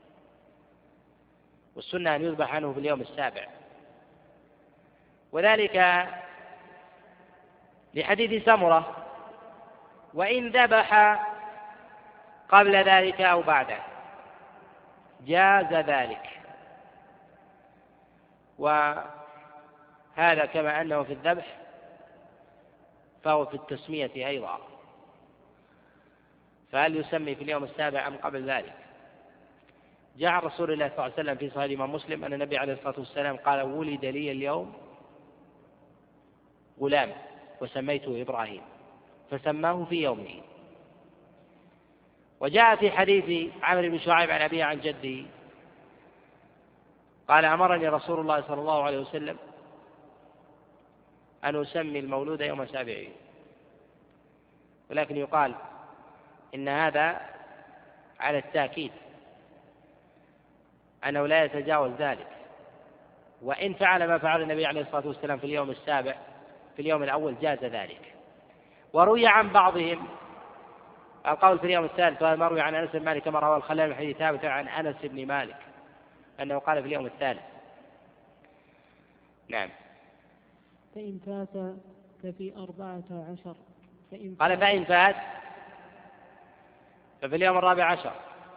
والسنة أن يذبح عنه في اليوم السابع، وذلك لحديث سمرة وإن ذبح قبل ذلك أو بعده جاز ذلك. وهذا كما أنه في الذبح فهو في التسمية أيضا، فهل يسمي في اليوم السابع أم قبل ذلك؟ جاء عن رسول الله صلى الله عليه وسلم في صحيح الإمام مسلم أن النبي عليه الصلاة والسلام قال ولد لي اليوم غلام وسميته إبراهيم، فسماه في يومه. وجاء في حديث عمرو بن شعيب عن أبيه عن جده قال أمرني رسول الله صلى الله عليه وسلم أن أسمي المولود يوم سابعه، ولكن يقال إن هذا على التأكيد أنه لا يتجاوز ذلك، وإن فعل ما فعل النبي عليه الصلاة والسلام في اليوم السابع في اليوم الأول جاز ذلك. وروي عن بعضهم القول في اليوم الثالث، وهذا مروي عن أنس بن مالك كما رواه الخلال من حديث ثابت عن أنس بن مالك أنه قال في اليوم الثالث. نعم. فإن فات ففي 14 قال فإن فات ففي اليوم 14،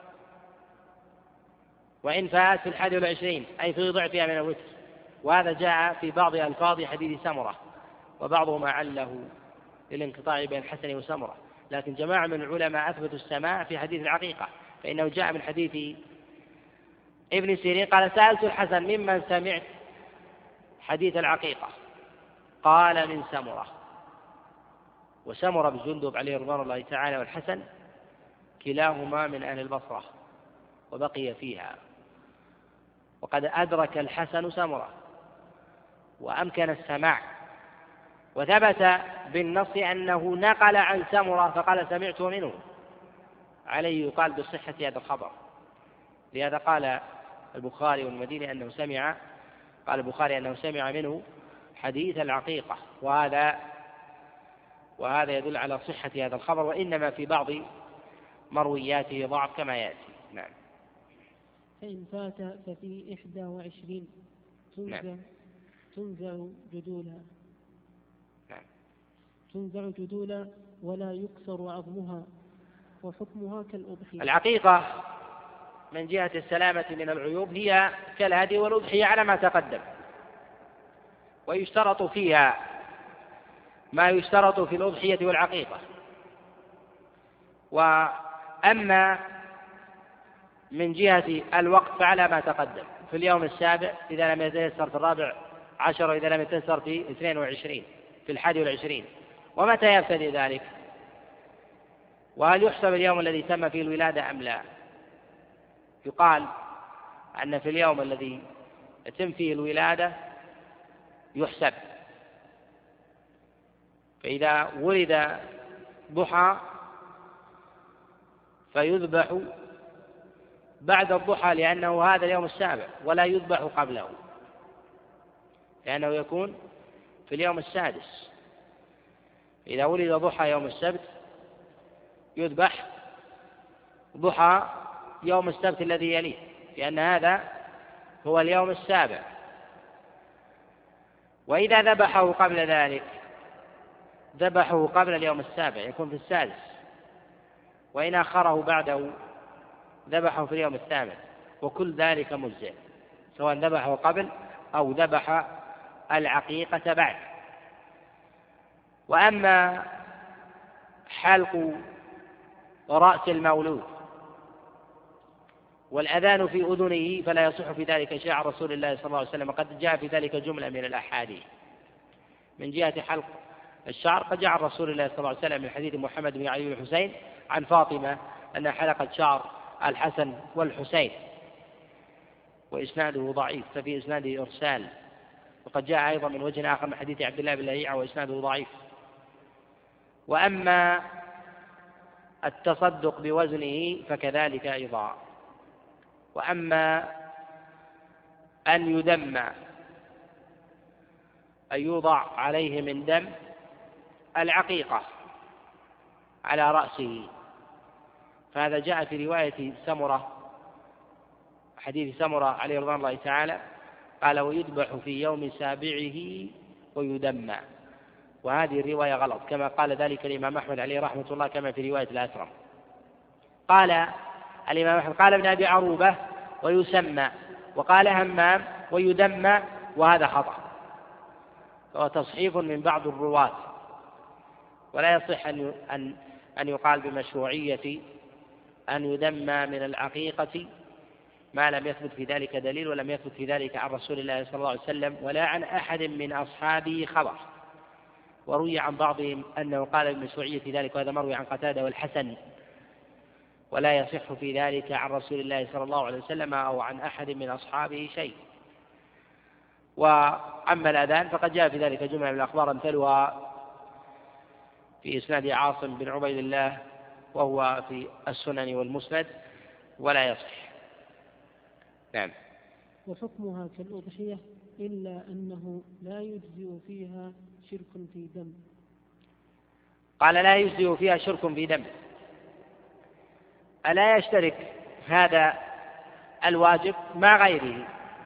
وإن فات في 21 أي في ضعفها من الوتر. وهذا جاء في بعض ألفاظ حديث سمرة، وبعضهم عله للانقطاع بين الحسن وسمرة، لكن جماعة من العلماء أثبتوا السماع في حديث العقيقة، فإنه جاء من حديث ابن سيرين قال سألت الحسن ممن سمعت حديث العقيقة؟ قال من سمرة. وسمرة بن جندب عليه رضوان الله تعالى والحسن كلاهما من أهل البصرة وبقي فيها، وقد أدرك الحسن سمرة وأمكن السماع، وثبت بالنص أنه نقل عن سمرة فقال سمعته منه، عليه يقال بصحة هذا الخبر. لهذا قال البخاري والمديني أنه سمع، قال البخاري أنه سمع منه حديث العقيقة، وهذا يدل على صحة هذا الخبر، وإنما في بعض مروياته ضعف كما يأتي. نعم. فإن فات ففي 21 تنزع جدولها. نعم. تنزع جدولا ولا يكسر عظمها، وحكمها كالأضحية. العقيقة من جهة السلامة من العيوب هي كالهدي والأضحية على ما تقدم، ويشترط فيها ما يشترط في الأضحية والعقيقة. وأما من جهة الوقت فعلى ما تقدم في اليوم السابع إذا لم يتيسر في 14، وإذا لم يتيسر في 22 في 21. ومتى يبتدئ ذلك؟ وهل يحسب اليوم الذي تم فيه الولادة أم لا؟ يقال أن في اليوم الذي يتم فيه الولادة يحسب. فإذا ولد ضحى فيذبح بعد الضحى لأنه هذا اليوم السابع، ولا يذبح قبله لأنه يكون في اليوم السادس. إذا ولد ضحى يوم السبت يذبح ضحى يوم السبت الذي يليه، لأن هذا هو اليوم السابع. وإذا ذبحه قبل ذلك ذبحه قبل اليوم السابع يكون في السادس، وإن أخره بعده ذبحه في اليوم الثامن، وكل ذلك مجزئ سواء ذبحه قبل أو ذبح العقيقة بعد. وأما حلق رأس المولود والأذان في أذنه فلا يصح في ذلك شيء عن رسول الله صلى الله عليه وسلم، قد جاء في ذلك جملة من الأحاديث. من جهة حلق الشعر قد جاء عن رسول الله صلى الله عليه وسلم من حديث محمد بن علي بن الحسين عن فاطمة أن حلقت شعر الحسن والحسين، وإسناده ضعيف، ففي إسناده إرسال. وقد جاء أيضا من وجه آخر من حديث عبد الله بن لهيعة وإسناده ضعيف. وأما التصدق بوزنه فكذلك أيضا. وأما أن يدم، أن يوضع عليه من دم العقيقة على رأسه، فهذا جاء في رواية سمرة، حديث سمرة عليه رضوان الله تعالى، قال ويذبح في يوم سابعه ويدمى، وهذه الرواية غلط كما قال ذلك الإمام أحمد عليه رحمة الله كما في رواية الأسرم. قال الإمام أحمد قال ابن أبي عروبة ويسمى، وقال همام ويدمى، وهذا خطأ، فهو تصحيف من بعض الرواة، ولا يصح أن يقال بمشروعية أن يدمى من العقيقة ما لم يثبت في ذلك دليل، ولم يثبت في ذلك عن رسول الله صلى الله عليه وسلم ولا عن أحد من أصحابه خبر. وروي عن بعضهم أنه قال بمشروعية ذلك، وهذا مروي عن قتادة والحسن، ولا يصح في ذلك عن رسول الله صلى الله عليه وسلم أو عن أحد من أصحابه شيء. وأما الأذان فقد جاء في ذلك جملة من الأخبار أمثلها في إسناد عاصم بن عبيد الله وهو في السنن والمسند، ولا يصح. نعم. وحكمها كالأضحية إلا أنه لا يجزئ فيها شرك في دم. قال لا يجزئ فيها شرك في دم، ألا يشترك هذا الواجب مع غيره،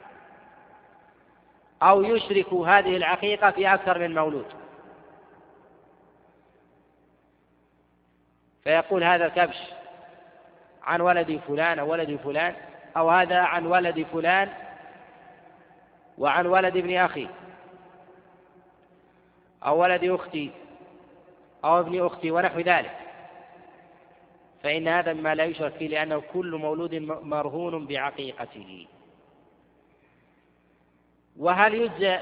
أو يشرك هذه العقيقة في أكثر من مولود، فيقول هذا الكبش عن ولد فلان أو ولد فلان، أو هذا عن ولد فلان وعن ولد ابن أخي أو ولد أختي أو ابن أختي ونحو ذلك، فإن هذا مما لا يشرك فيه، لأنه كل مولود مرهون بعقيقته. وهل يجزئ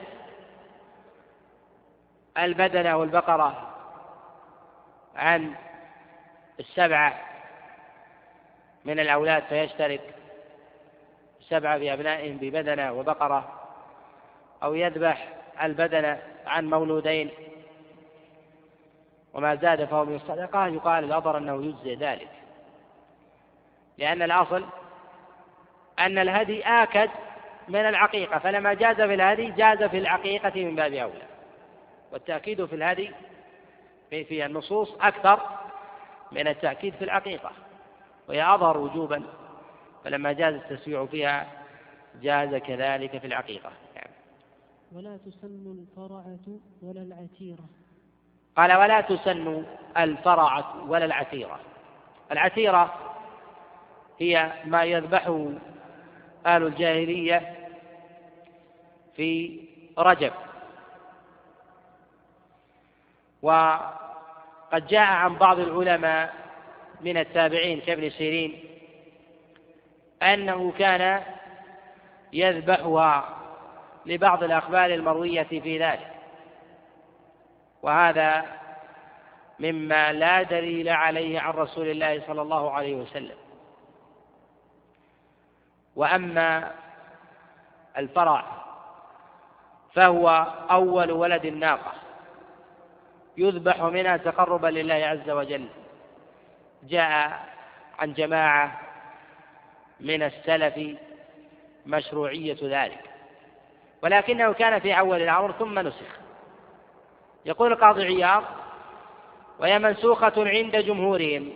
البدنة والبقرة عن 7 من الأولاد فيشترك 7 في أبنائهم ببدنة وبقرة، أو يذبح البدنة عن مولودين وما زاد فهو من الصدقة؟ يقال الأظهر أنه يجزئ ذلك، لأن الأصل أن الهدي آكد من العقيقة، فلما جاز في الهدي جاز في العقيقة من باب أولى، والتأكيد في الهدي في النصوص أكثر من التأكيد في العقيقة، وهي أظهر وجوبا، فلما جاز التسويع فيها جاز كذلك في العقيقة. ولا تسن الفرعة ولا العتيرة. قال ولا تسن الفرعة ولا العتيرة. العتيرة هي ما يذبحه أهل الجاهلية في رجب، وقد جاء عن بعض العلماء من التابعين كابن سيرين أنه كان يذبحها لبعض الأخبار المروية في ذلك، وهذا مما لا دليل عليه عن رسول الله صلى الله عليه وسلم. وأما الفرع فهو أول ولد الناقة يذبح منها تقربا لله عز وجل. جاء عن جماعة من السلف مشروعية ذلك، ولكنه كان في أول الأمر ثم نسخ. يقول القاضي عياض: وهي منسوخة عند جمهورهم،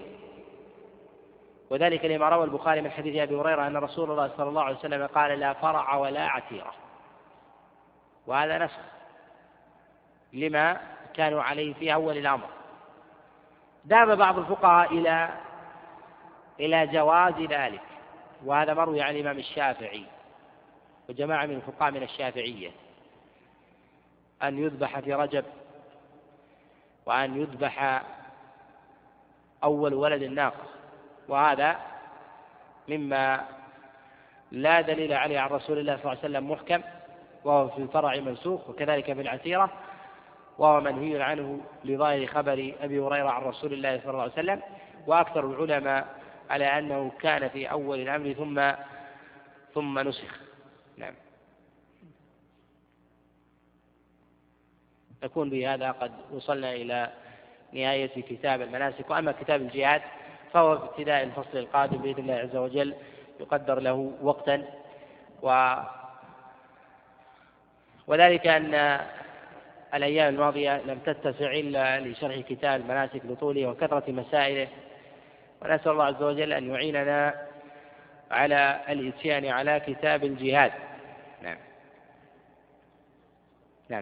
وذلك لما روى البخاري من حديث أبي هريرة أن رسول الله صلى الله عليه وسلم قال: لا فرع ولا عتيرة، وهذا نسخ لما كانوا عليه في أول الأمر. ذهب بعض الفقهاء إلى جواز ذلك، وهذا مروي عن الإمام الشافعي وجماعة من الفقهاء من الشافعية، أن يذبح في رجب، وأن يذبح أول ولد الناقة، وهذا مما لا دليل عليه عن رسول الله صلى الله عليه وسلم محكم، وهو في الفرع منسوخ، وكذلك في العتيرة وهو منهي عنه لظاهر خبر أبي هريرة عن رسول الله صلى الله عليه وسلم. وأكثر العلماء على أنه كان في أول الأمر ثم نسخ. نعم. نكون بهذا قد وصلنا إلى نهاية كتاب المناسك. وأما كتاب الجهاد فهو في ابتداء الفصل القادم بإذن الله عز وجل، يقدر له وقتا، وذلك أن الأيام الماضية لم تتسع إلا لشرح كتاب المناسك لطوله وكثرة مسائله، ونسأل الله عز وجل أن يعيننا على الإتيان على كتاب الجهاد. نعم. نعم.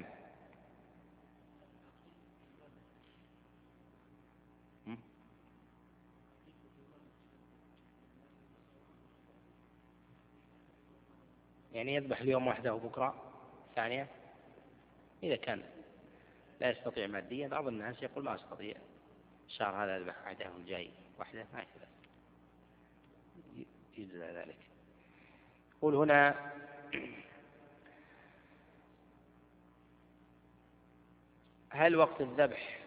يعني يذبح اليوم وحده وبكرة ثانية، إذا كان لا يستطيع ماديا. بعض الناس يقول ما أستطيع الشهر هذا أذبح وحده والجاي وحده، ما كذا يجوز ذلك. يقول هنا: هل وقت الذبح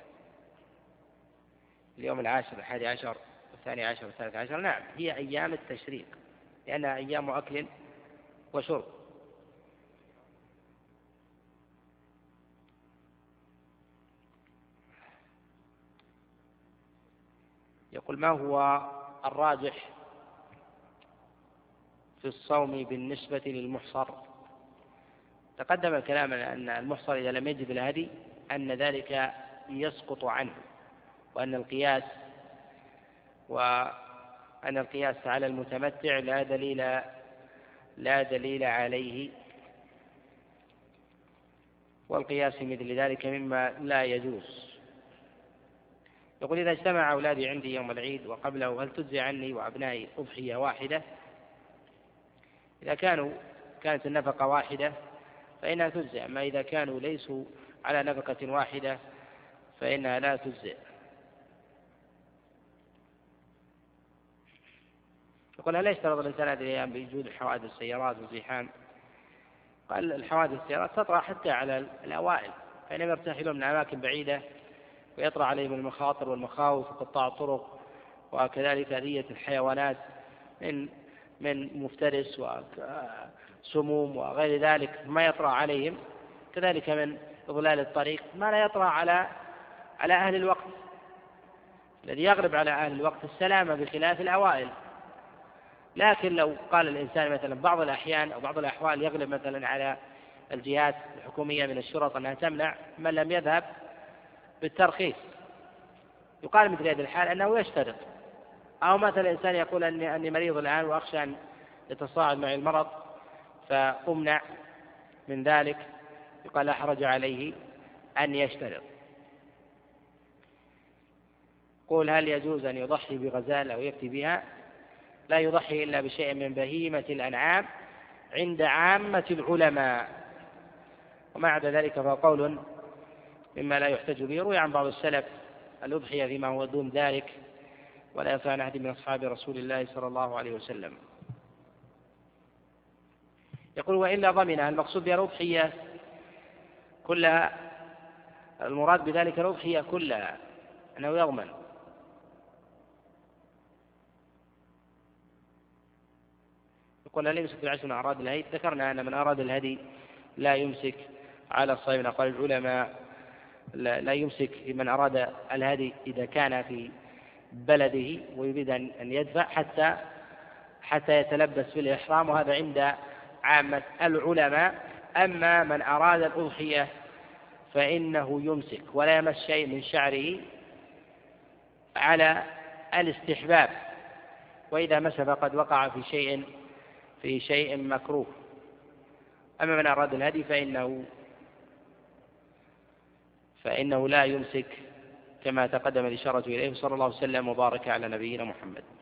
اليوم 10 11 12 13؟ نعم، هي أيام التشريق، لأنها أيام أكل وشرب. يقول: ما هو الراجح في الصوم بالنسبة للمحصر؟ تقدم الكلام أن المحصر إذا لم يجب الهدي أن ذلك يسقط عنه، وأن القياس على المتمتع لا دليل عليه، والقياس مثل ذلك مما لا يجوز. يقول: إذا اجتمع أولادي عندي يوم العيد وقبله هل تجزي عني وأبنائي أضحية واحدة؟ إذا كانت النفقة واحدة فإنها تجزي، أما إذا كانوا ليسوا على نفقة واحدة فإنها لا تجزي. يقول: هل يشترط الإنسان هذه الأيام بوجود حوادث السيارات والزحام؟ قال: الحوادث السيارات تطرأ حتى على الأوائل، فإنهم يرتحلون من أماكن بعيدة ويطرأ عليهم المخاطر والمخاوف وقطاع الطرق، وكذلك أذية الحيوانات من مفترس وسموم وغير ذلك ما يطرأ عليهم، كذلك من إضلال الطريق ما لا يطرأ على أهل الوقت. الذي يغلب على أهل الوقت السلامة بخلاف الأوائل. لكن لو قال الإنسان مثلا بعض الأحيان أو بعض الأحوال يغلب مثلا على الجهات الحكومية من الشرطة أنها تمنع من لم يذهب بالترخيص، يقال مثل هذه الحال أنه يشترط. أو مثلا الإنسان يقول أني مريض الآن وأخشى أن يتصاعد معي المرض فأمنع من ذلك، يقال لا حرج عليه أن يشترط. قول: هل يجوز أن يضحي بغزال أو يفتي بها؟ لا يضحي إلا بشيء من بهيمة الأنعام عند عامة العلماء، وما عدا ذلك فهو قول مما لا يحتج به. روي عن بعض السلف الأضحية فيما هو دون ذلك، ولا يصح عن أحد من أصحاب رسول الله صلى الله عليه وسلم. يقول: وإلا ضمنها، المقصود بها الأضحية كلها، المراد بذلك الأضحية كلها، أنه يضمن. يقول: هل يمسك بالعشر من أراد الهدي؟ ذكرنا أن من أراد الهدي لا يمسك على الصحيح من أقوال العلماء لا يمسك من أراد الهدي إذا كان في بلده ويريد أن يدفع حتى يتلبس بالإحرام، وهذا عند عامة العلماء. أما من أراد الأضحية فإنه يمسك ولا يمس شيء من شعره على الاستحباب، وإذا مس فقد وقع في شيء مكروه. أما من أراد الهدي فإنه لا يمسك كما تقدم الإشارة إليه. صلى الله وسلم وبارك على نبينا محمد.